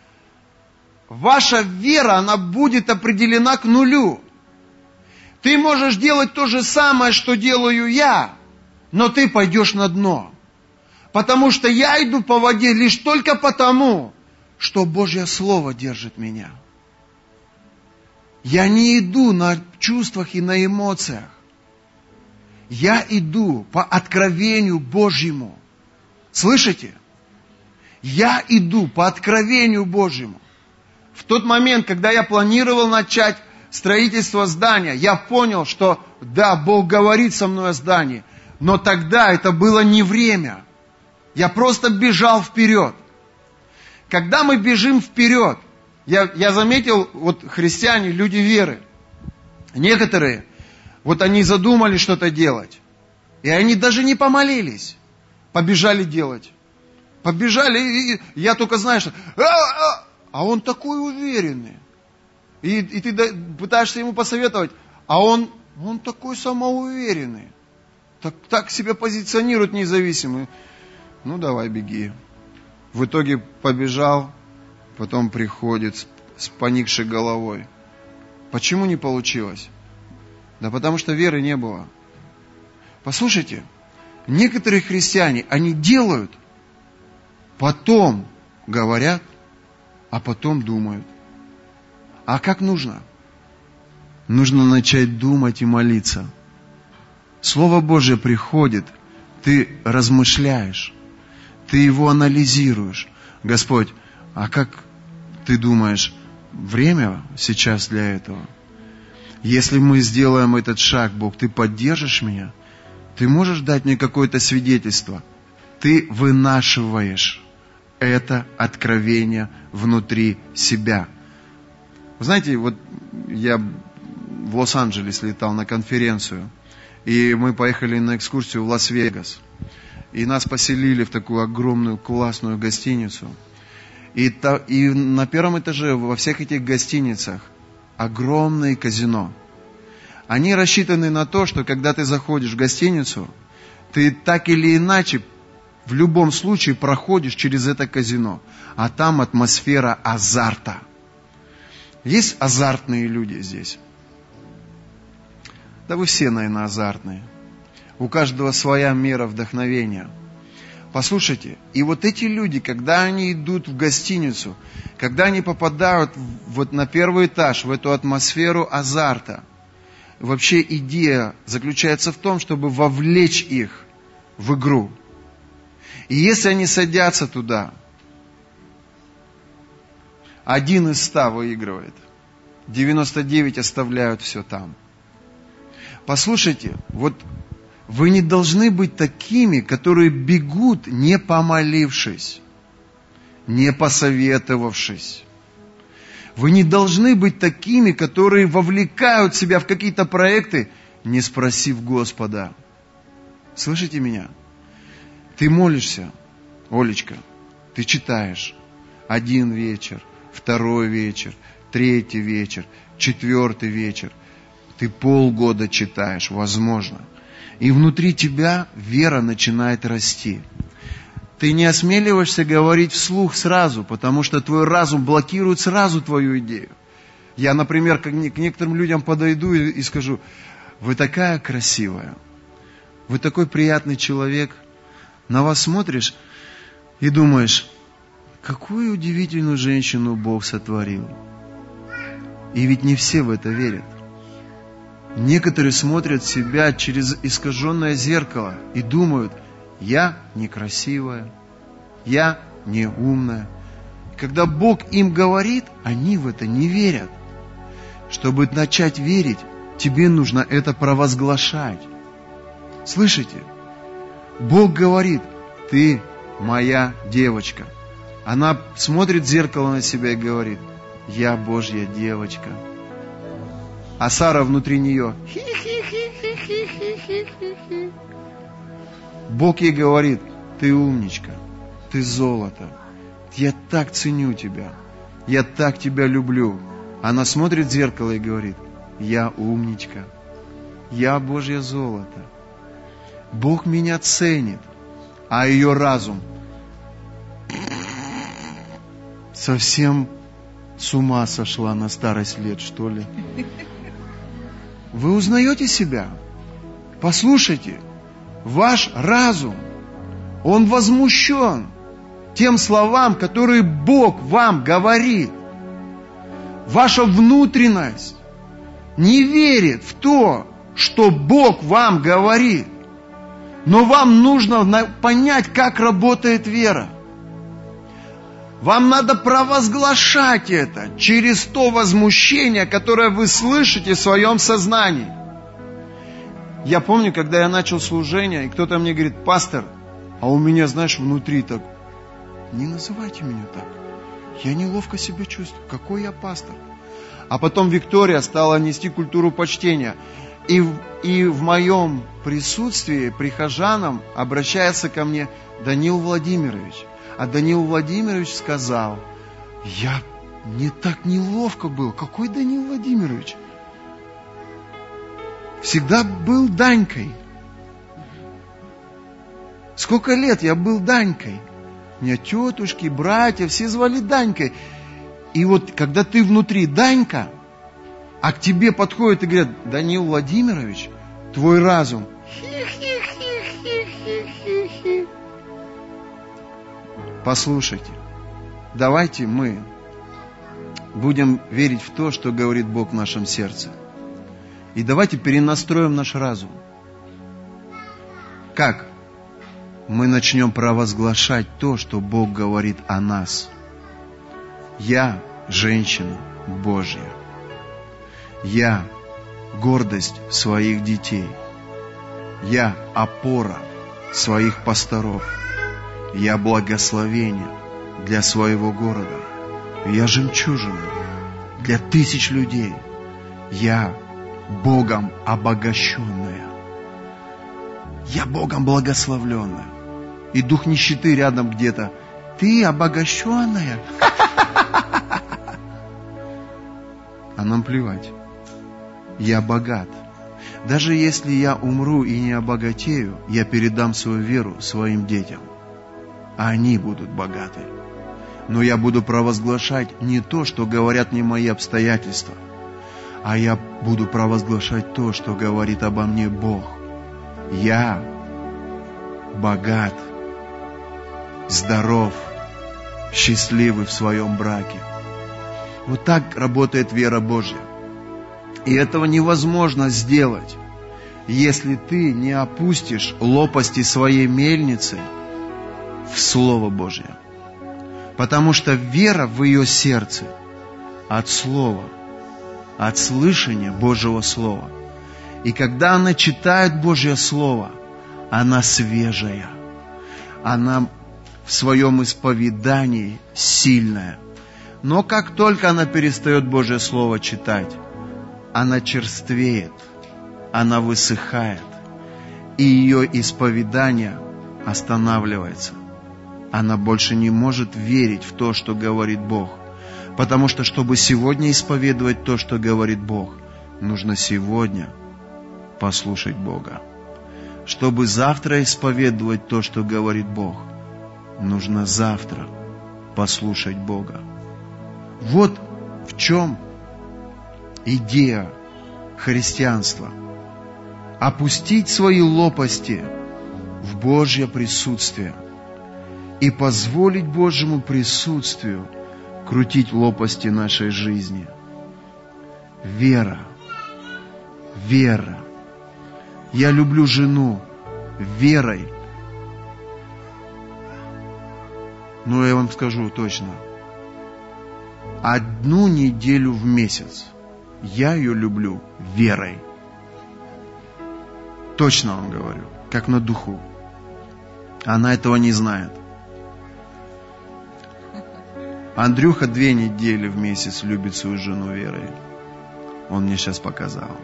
Speaker 1: ваша вера, она будет определена к нулю. Ты можешь делать то же самое, что делаю я, но ты пойдешь на дно. Потому что я иду по воде лишь только потому, что Божье Слово держит меня. Я не иду на чувствах и на эмоциях. Я иду по откровению Божьему. Слышите? Я иду по откровению Божьему. В тот момент, когда я планировал начать строительство здания, я понял, что да, Бог говорит со мной о здании, но тогда это было не время. Я просто бежал вперед. Когда мы бежим вперед, я заметил, вот христиане, люди веры, некоторые, вот они задумали что-то делать, и они даже не помолились, побежали делать. Побежали, и я только знаю, что... А он такой уверенный. И ты пытаешься ему посоветовать, а он такой самоуверенный. Так себя позиционирует независимый. Ну, давай, беги. В итоге побежал, потом приходит с поникшей головой. Почему не получилось? Да потому что веры не было. Послушайте, некоторые христиане, они делают, потом говорят, а потом думают. А как нужно? Нужно начать думать и молиться. Слово Божие приходит, ты размышляешь, ты его анализируешь. Господь, а как ты думаешь, время сейчас для этого? Если мы сделаем этот шаг, Бог, ты поддержишь меня? Ты можешь дать мне какое-то свидетельство? Ты вынашиваешь это откровение внутри себя. Вы знаете, вот я в Лос-Анджелес летал на конференцию, и мы поехали на экскурсию в Лас-Вегас. И нас поселили в такую огромную классную гостиницу. И на первом этаже во всех этих гостиницах огромные казино. Они рассчитаны на то, что когда ты заходишь в гостиницу, ты так или иначе в любом случае проходишь через это казино. А там атмосфера азарта. Есть азартные люди здесь? Да вы все, наверное, азартные. У каждого своя мера вдохновения. Послушайте, и вот эти люди, когда они идут в гостиницу, когда они попадают вот на первый этаж, в эту атмосферу азарта, вообще идея заключается в том, чтобы вовлечь их в игру. И если они садятся туда, 1 из 100 выигрывает, 99 оставляют все там. Послушайте, вот вы не должны быть такими, которые бегут, не помолившись, не посоветовавшись. Вы не должны быть такими, которые вовлекают себя в какие-то проекты, не спросив Господа. Слышите меня? Ты молишься, Олечка, ты читаешь 1 вечер, 2 вечер, 3 вечер, 4 вечер. Ты полгода читаешь, возможно. И внутри тебя вера начинает расти. Ты не осмеливаешься говорить вслух сразу, потому что твой разум блокирует сразу твою идею. Я, например, к некоторым людям подойду и скажу: вы такая красивая, вы такой приятный человек. На вас смотришь и думаешь, какую удивительную женщину Бог сотворил. И ведь не все в это верят. Некоторые смотрят себя через искаженное зеркало и думают: я некрасивая, я не умная. Когда Бог им говорит, они в это не верят. Чтобы начать верить, тебе нужно это провозглашать. Слышите? Бог говорит: ты моя девочка. Она смотрит в зеркало на себя и говорит: я Божья девочка. А Сара внутри нее: хи-хи-хи-хи-хи-хи-хи. Бог ей говорит: ты умничка, ты золото, я так ценю тебя, я так тебя люблю. Она смотрит в зеркало и говорит: я умничка, я Божье золото. Бог меня ценит, а ее разум совсем с ума сошла на старость лет, что ли? Вы узнаете себя? Послушайте, ваш разум, он возмущен. тем словам, которые Бог вам говорит. Ваша внутренность не верит в то, что Бог вам говорит. Но вам нужно понять, как работает вера. Вам надо провозглашать это через то возмущение, которое вы слышите в своем сознании. Я помню, когда я начал служение, и кто-то мне говорит: пастор, а у меня, знаешь, внутри так: не называйте меня так. Я неловко себя чувствую. Какой я пастор? А потом Виктория стала нести культуру почтения. И в моем присутствии прихожанам обращается ко мне Даниил Владимирович. А Даниил Владимирович сказал: мне так неловко было. Какой Даниил Владимирович? Всегда был Данькой. Сколько лет я был Данькой. Меня тетушки, братья, все звали Данькой. И вот когда ты внутри Данька, а к тебе подходят и говорят: Даниил Владимирович, твой разум. Послушайте, давайте мы будем верить в то, что говорит Бог в нашем сердце. И давайте перенастроим наш разум. Как? Мы начнем провозглашать то, что Бог говорит о нас. Я женщина Божья. Я гордость своих детей. Я опора своих пасторов. Я благословение для своего города. Я жемчужина для тысяч людей. Я Богом обогащенная. Я Богом благословленная. И дух нищеты рядом где-то. Ты обогащенная. А нам плевать. Я богат. Даже если я умру и не обогатею, я передам свою веру своим детям. А они будут богаты. Но я буду провозглашать не то, что говорят мне мои обстоятельства, а я буду провозглашать то, что говорит обо мне Бог. Я богат, здоров, счастливый в своем браке. Вот так работает вера Божья. И этого невозможно сделать, если ты не опустишь лопасти своей мельницы в Слово Божье. Потому что вера в ее сердце от Слова, от слышания Божьего Слова. И когда она читает Божье Слово, она свежая. Она в своем исповедании сильная. Но как только она перестает Божье Слово читать, она черствеет, она высыхает, и ее исповедание останавливается. Она больше не может верить в то, что говорит Бог. Потому что, чтобы сегодня исповедовать то, что говорит Бог, нужно сегодня послушать Бога. Чтобы завтра исповедовать то, что говорит Бог, нужно завтра послушать Бога. Вот в чем идея христианства. Опустить свои лопасти в Божье присутствие и позволить Божьему присутствию крутить лопасти нашей жизни. Вера. Вера. Я люблю жену верой. Но я вам скажу точно. 1 неделю в месяц я ее люблю верой. Точно вам говорю, как на духу. Она этого не знает. Андрюха 2 недели в месяц любит свою жену верой. Он мне сейчас показал.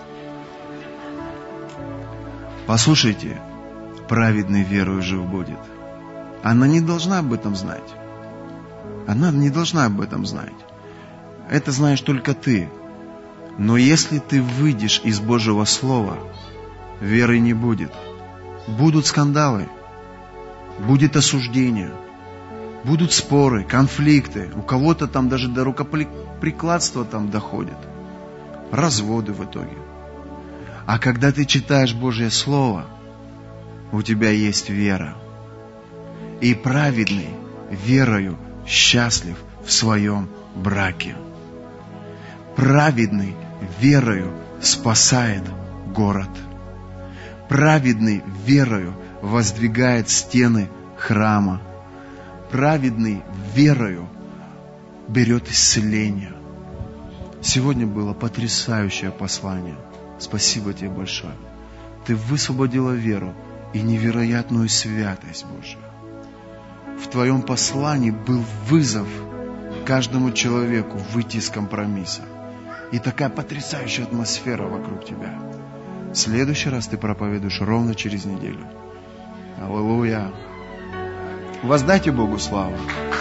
Speaker 1: Послушайте, праведный верою жив будет. Она не должна об этом знать. Она не должна об этом знать. Это знаешь только ты. Но если ты выйдешь из Божьего Слова, веры не будет. Будут скандалы, будет осуждение, будут споры, конфликты. У кого-то там даже до рукоприкладства там доходит. Разводы в итоге. А когда ты читаешь Божье Слово, у тебя есть вера. И праведный верою счастлив в своем браке. Праведный верою спасает город. Праведный верою воздвигает стены храма. Праведный верою берет исцеление. Сегодня было потрясающее послание. Спасибо тебе большое. Ты высвободила веру и невероятную святость Божию. В твоем послании был вызов каждому человеку выйти из компромисса. И такая потрясающая атмосфера вокруг тебя. В следующий раз ты проповедуешь ровно через неделю. Аллилуйя. Воздайте Богу славу.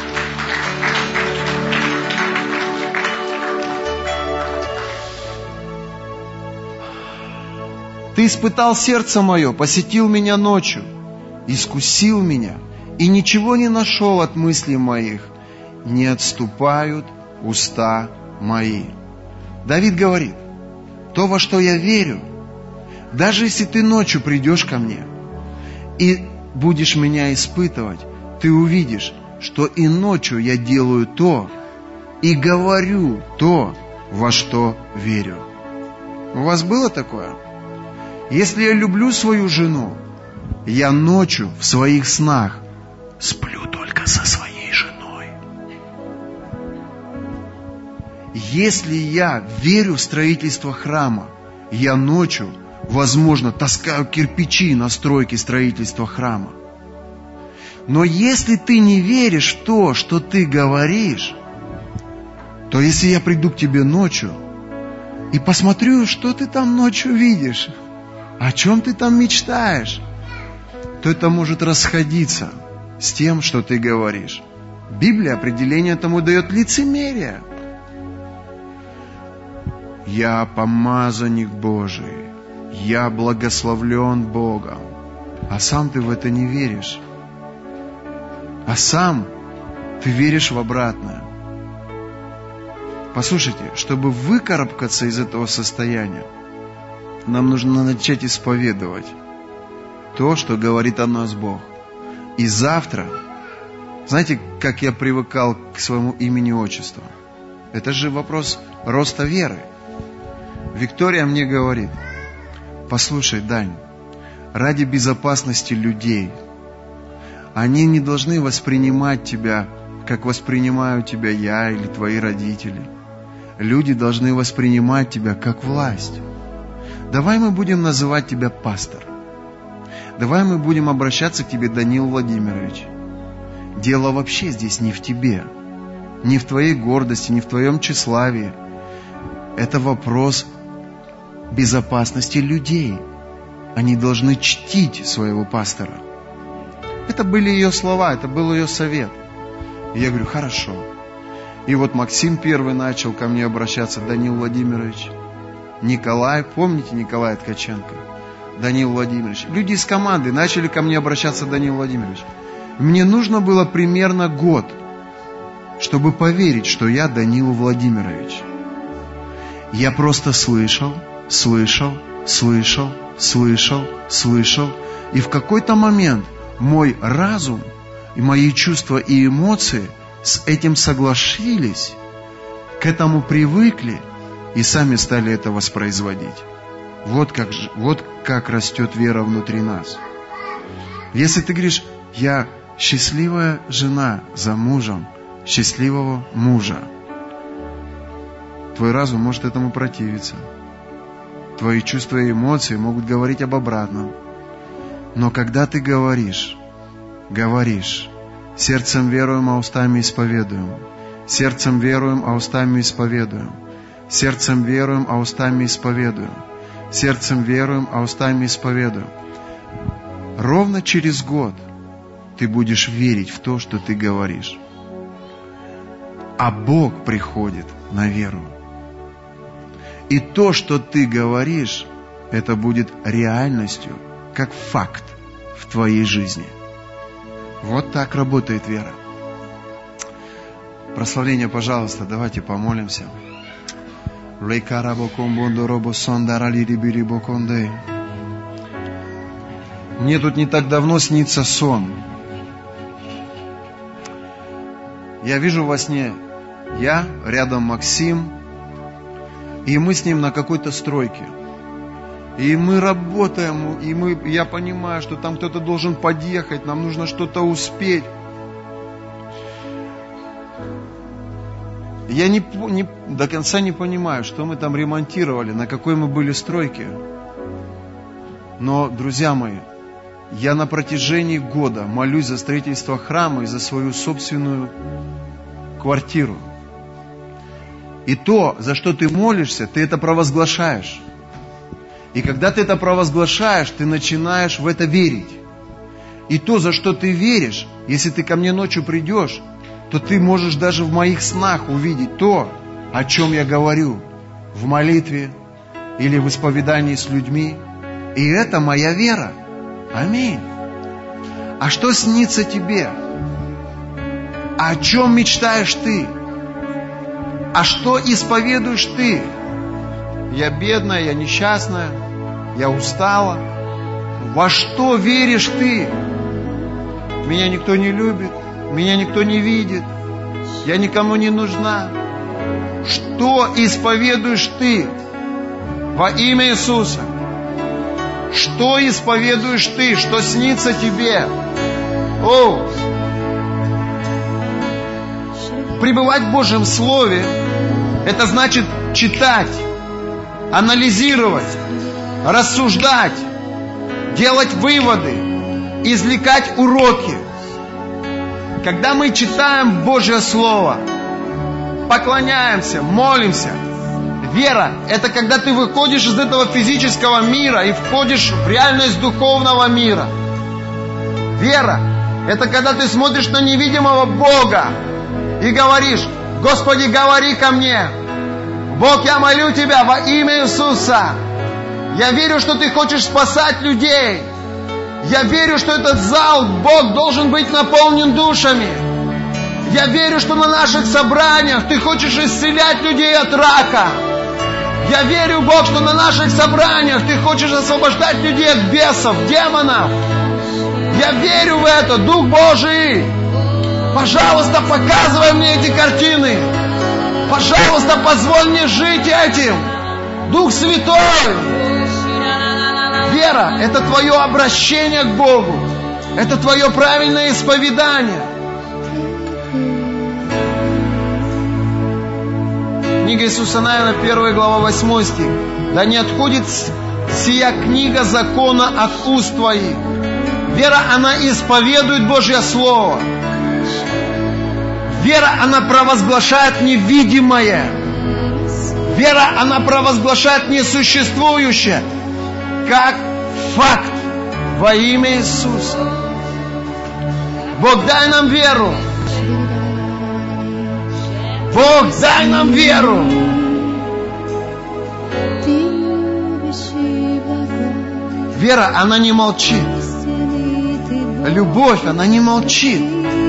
Speaker 1: Ты испытал сердце мое, посетил меня ночью, искусил меня, и ничего не нашел от мыслей моих. Не отступают уста мои. Давид говорит: то, во что я верю, даже если ты ночью придешь ко мне и будешь меня испытывать, ты увидишь, что и ночью я делаю то и говорю то, во что верю. У вас было такое? Если я люблю свою жену, я ночью в своих снах сплю только со своей женой. Если я верю в строительство храма, я ночью, возможно, таскаю кирпичи на стройке строительства храма. Но если ты не веришь в то, что ты говоришь, то если я приду к тебе ночью и посмотрю, что ты там ночью видишь, о чем ты там мечтаешь, то это может расходиться с тем, что ты говоришь. Библия определение тому дает: лицемерие. Я помазанник Божий, я благословлен Богом, а сам ты в это не веришь. А сам ты веришь в обратное. Послушайте, чтобы выкарабкаться из этого состояния, нам нужно начать исповедовать то, что говорит о нас Бог. И завтра, знаете, как я привыкал к своему имени-отчеству? Это же вопрос роста веры. Виктория мне говорит: послушай, Дань, ради безопасности людей, они не должны воспринимать тебя, как воспринимаю тебя я или твои родители. Люди должны воспринимать тебя как власть. Давай мы будем называть тебя пастор. Давай мы будем обращаться к тебе, Даниил Владимирович. Дело вообще здесь не в тебе, не в твоей гордости, не в твоем тщеславии. Это вопрос безопасности людей. Они должны чтить своего пастора. Это были ее слова, это был ее совет. И я говорю: хорошо. И вот Максим первый начал ко мне обращаться: Даниил Владимирович. Николай, помните Николая Ткаченко? Даниил Владимирович. Люди из команды начали ко мне обращаться: Даниил Владимирович. Мне нужно было примерно год, чтобы поверить, что я Даниил Владимирович. Я просто слышал, и в какой-то момент мой разум и мои чувства и эмоции с этим согласились, к этому привыкли и сами стали это воспроизводить. Вот как растет вера внутри нас. Если ты говоришь: я счастливая жена за мужем счастливого мужа, твой разум может этому противиться. Твои чувства и эмоции могут говорить об обратном. Но когда ты говоришь, сердцем веруем, а устами исповедуем, сердцем веруем, а устами исповедуем, сердцем веруем, а устами исповедуем, сердцем веруем, а устами исповедуем. Ровно через год ты будешь верить в то, что ты говоришь. А Бог приходит на веру. И то, что ты говоришь, это будет реальностью, как факт в твоей жизни. Вот так работает вера. Прославление, пожалуйста, давайте помолимся. Мне тут не так давно снится сон. Я вижу во сне, я, рядом Максим, и мы с ним на какой-то стройке. И мы работаем, и я понимаю, что там кто-то должен подъехать, нам нужно что-то успеть. Я до конца не понимаю, что мы там ремонтировали, на какой мы были стройке. Но, друзья мои, я на протяжении года молюсь за строительство храма и за свою собственную квартиру. И то, за что ты молишься, ты это провозглашаешь. И когда ты это провозглашаешь, ты начинаешь в это верить. И то, за что ты веришь, если ты ко мне ночью придешь, то ты можешь даже в моих снах увидеть то, о чем я говорю в молитве или в исповедании с людьми. И это моя вера. Аминь. А что снится тебе? О чем мечтаешь ты? А что исповедуешь ты? Я бедная, я несчастная, я устала. Во что веришь ты? Меня никто не любит, меня никто не видит, я никому не нужна. Что исповедуешь ты во имя Иисуса? Что исповедуешь ты? Что снится тебе? Пребывать в Божьем Слове — это значит читать, анализировать, рассуждать, делать выводы, извлекать уроки. Когда мы читаем Божье Слово, поклоняемся, молимся, вера — это когда ты выходишь из этого физического мира и входишь в реальность духовного мира. Вера — это когда ты смотришь на невидимого Бога и говоришь: «Господи, говори ко мне! Бог, я молю Тебя во имя Иисуса! Я верю, что Ты хочешь спасать людей! Я верю, что этот зал, Бог, должен быть наполнен душами! Я верю, что на наших собраниях Ты хочешь исцелять людей от рака! Я верю, Бог, что на наших собраниях Ты хочешь освобождать людей от бесов, демонов! Я верю в это, Дух Божий! Пожалуйста, показывай мне эти картины! Пожалуйста, позволь мне жить этим! Дух Святой! Вера — это твое обращение к Богу. Это твое правильное исповедание. Книга Иисуса Навина, 1 глава, 8 стих. «Да не отходит сия книга закона от уст твоих». Вера, она исповедует Божье Слово. Вера, она провозглашает невидимое. Вера, она провозглашает несуществующее как факт во имя Иисуса. Бог, дай нам веру. Бог, дай нам веру. Вера, она не молчит. Любовь, она не молчит.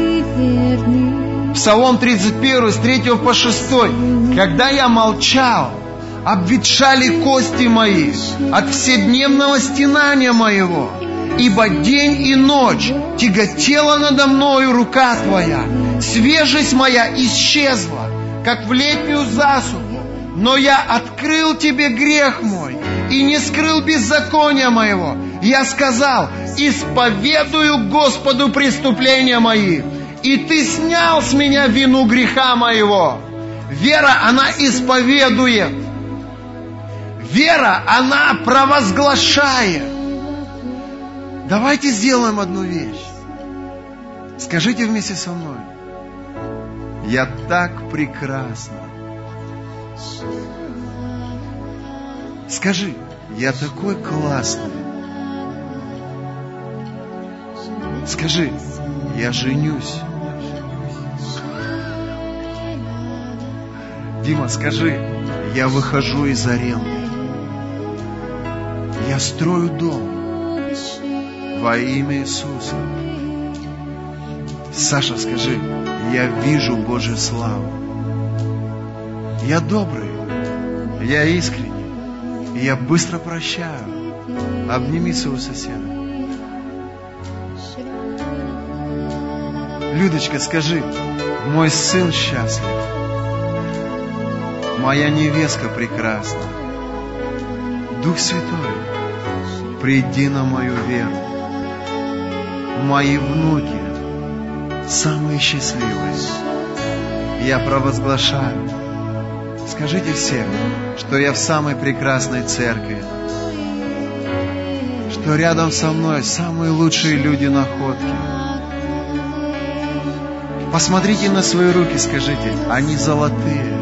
Speaker 1: Псалом 31, с 3 по 6. «Когда я молчал, обветшали кости мои от вседневного стенания моего, ибо день и ночь тяготела надо мною рука Твоя. Свежесть моя исчезла, как в летнюю засуху, но я открыл Тебе грех мой и не скрыл беззакония моего. Я сказал: исповедую Господу преступления мои, и Ты снял с меня вину греха моего». Вера, она исповедует. Вера, она провозглашает. Давайте сделаем одну вещь. Скажите вместе со мной: я так прекрасна. Скажи: я такой классный. Скажи: я женюсь. Дима, скажи: я выхожу из аренды. Я строю дом во имя Иисуса. Саша, скажи: я вижу Божью славу. Я добрый, я искренний, и я быстро прощаю. Обними своего соседа. Людочка, скажи: Мой сын счастлив. Моя невестка прекрасна. Дух Святой, приди на мою веру. Мои внуки самые счастливые. Я провозглашаю. Скажите всем, что я в самой прекрасной церкви, что рядом со мной самые лучшие люди находки. Посмотрите на свои руки, скажите, они золотые.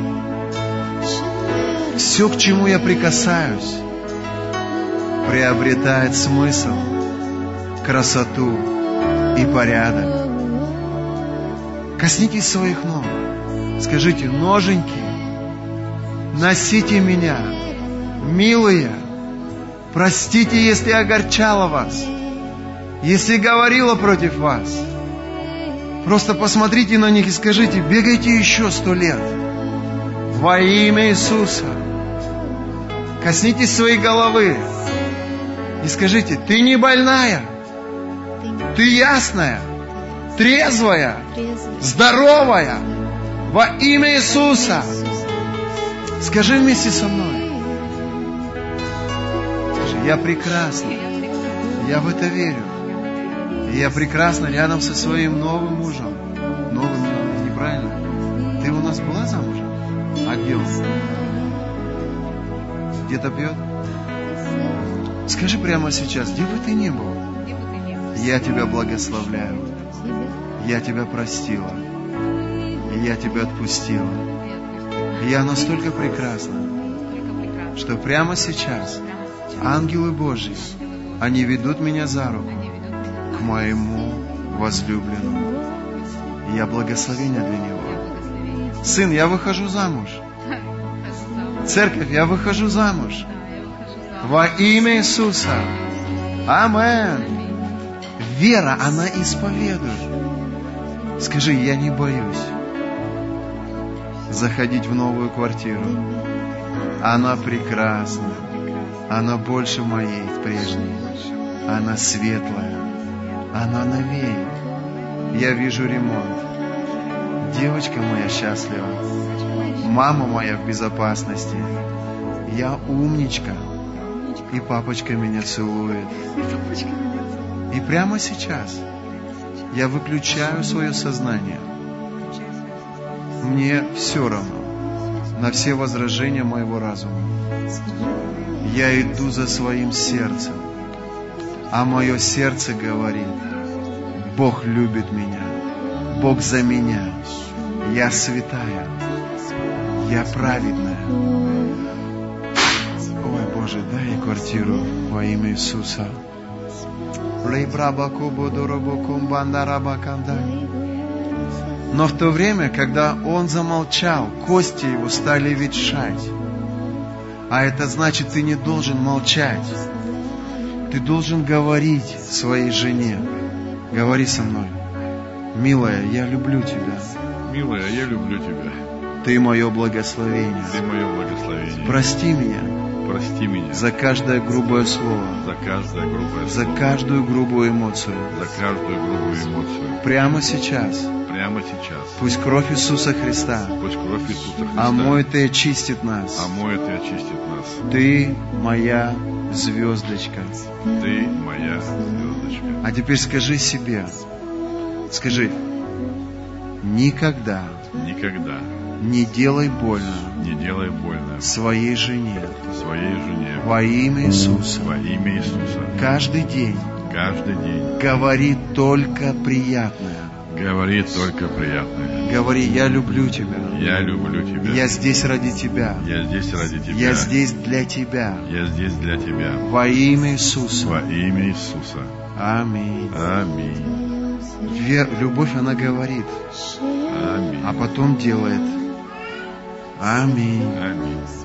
Speaker 1: Все, к чему я прикасаюсь, приобретает смысл, красоту и порядок. Коснитесь своих ног. Скажите, ноженьки, носите меня, милые. Простите, если огорчала вас, если говорила против вас. Просто посмотрите на них и скажите, бегайте еще 100 лет. Во имя Иисуса. Коснитесь своей головы и скажите, ты не больная, ты ясная, трезвая, здоровая. Во имя Иисуса. Скажи вместе со мной. Скажи, я прекрасна. Я в это верю. И я прекрасна рядом со своим новым мужем. Новым, неправильно. Ты у нас была замужем? А где он? Где-то пьет? Скажи прямо сейчас, где бы ты ни был, я тебя благословляю. Я тебя простила. И я тебя отпустила. И я настолько прекрасна, что прямо сейчас ангелы Божьи, они ведут меня за руку к моему возлюбленному. И я благословение для него. Сын, я выхожу замуж. Церковь, я выхожу замуж. Во имя Иисуса. Амен. Вера, она исповедует. Скажи, я не боюсь заходить в новую квартиру. Она прекрасна. Она больше моей прежней. Она светлая. Она новее. Я вижу ремонт. Девочка моя счастлива. Мама моя в безопасности. Я умничка. И папочка меня целует. И прямо сейчас я выключаю свое сознание. Мне все равно на все возражения моего разума. Я иду за своим сердцем. А мое сердце говорит, Бог любит меня. Бог за меня. Я святая. Я праведная. Ой, Боже, дай квартиру во имя Иисуса. Но в то время, когда он замолчал, кости его стали ветшать. А это значит, ты не должен молчать. Ты должен говорить своей жене. Говори со мной. Милая, я люблю тебя.
Speaker 2: Милая, я люблю тебя.
Speaker 1: Ты мое благословение.
Speaker 2: Ты мое благословение.
Speaker 1: Прости меня.
Speaker 2: Прости меня.
Speaker 1: За каждое грубое слово.
Speaker 2: За каждое грубое
Speaker 1: За
Speaker 2: слово.
Speaker 1: каждую грубую эмоцию.
Speaker 2: За каждую грубую эмоцию.
Speaker 1: Прямо сейчас.
Speaker 2: Прямо сейчас.
Speaker 1: Пусть кровь Иисуса Христа
Speaker 2: Пусть кровь Иисуса Христа
Speaker 1: омоет и очистит нас.
Speaker 2: омоет и очистит нас.
Speaker 1: Ты моя звездочка.
Speaker 2: Ты моя звездочка.
Speaker 1: А теперь скажи себе. Скажи. Никогда
Speaker 2: Никогда
Speaker 1: не делай больно
Speaker 2: не делай больно
Speaker 1: своей жене.
Speaker 2: своей жене.
Speaker 1: Во имя Иисуса.
Speaker 2: Во имя Иисуса.
Speaker 1: Каждый день
Speaker 2: Каждый день
Speaker 1: говори только приятное.
Speaker 2: говори только приятное.
Speaker 1: Говори, я люблю тебя.
Speaker 2: Я люблю тебя.
Speaker 1: Я здесь ради тебя.
Speaker 2: Я здесь ради тебя.
Speaker 1: Я здесь для тебя.
Speaker 2: Я здесь для тебя.
Speaker 1: Во имя Иисуса.
Speaker 2: Во имя Иисуса.
Speaker 1: Аминь.
Speaker 2: Аминь.
Speaker 1: Любовь, она говорит,
Speaker 2: Аминь.
Speaker 1: а потом делает. Аминь.
Speaker 2: Аминь.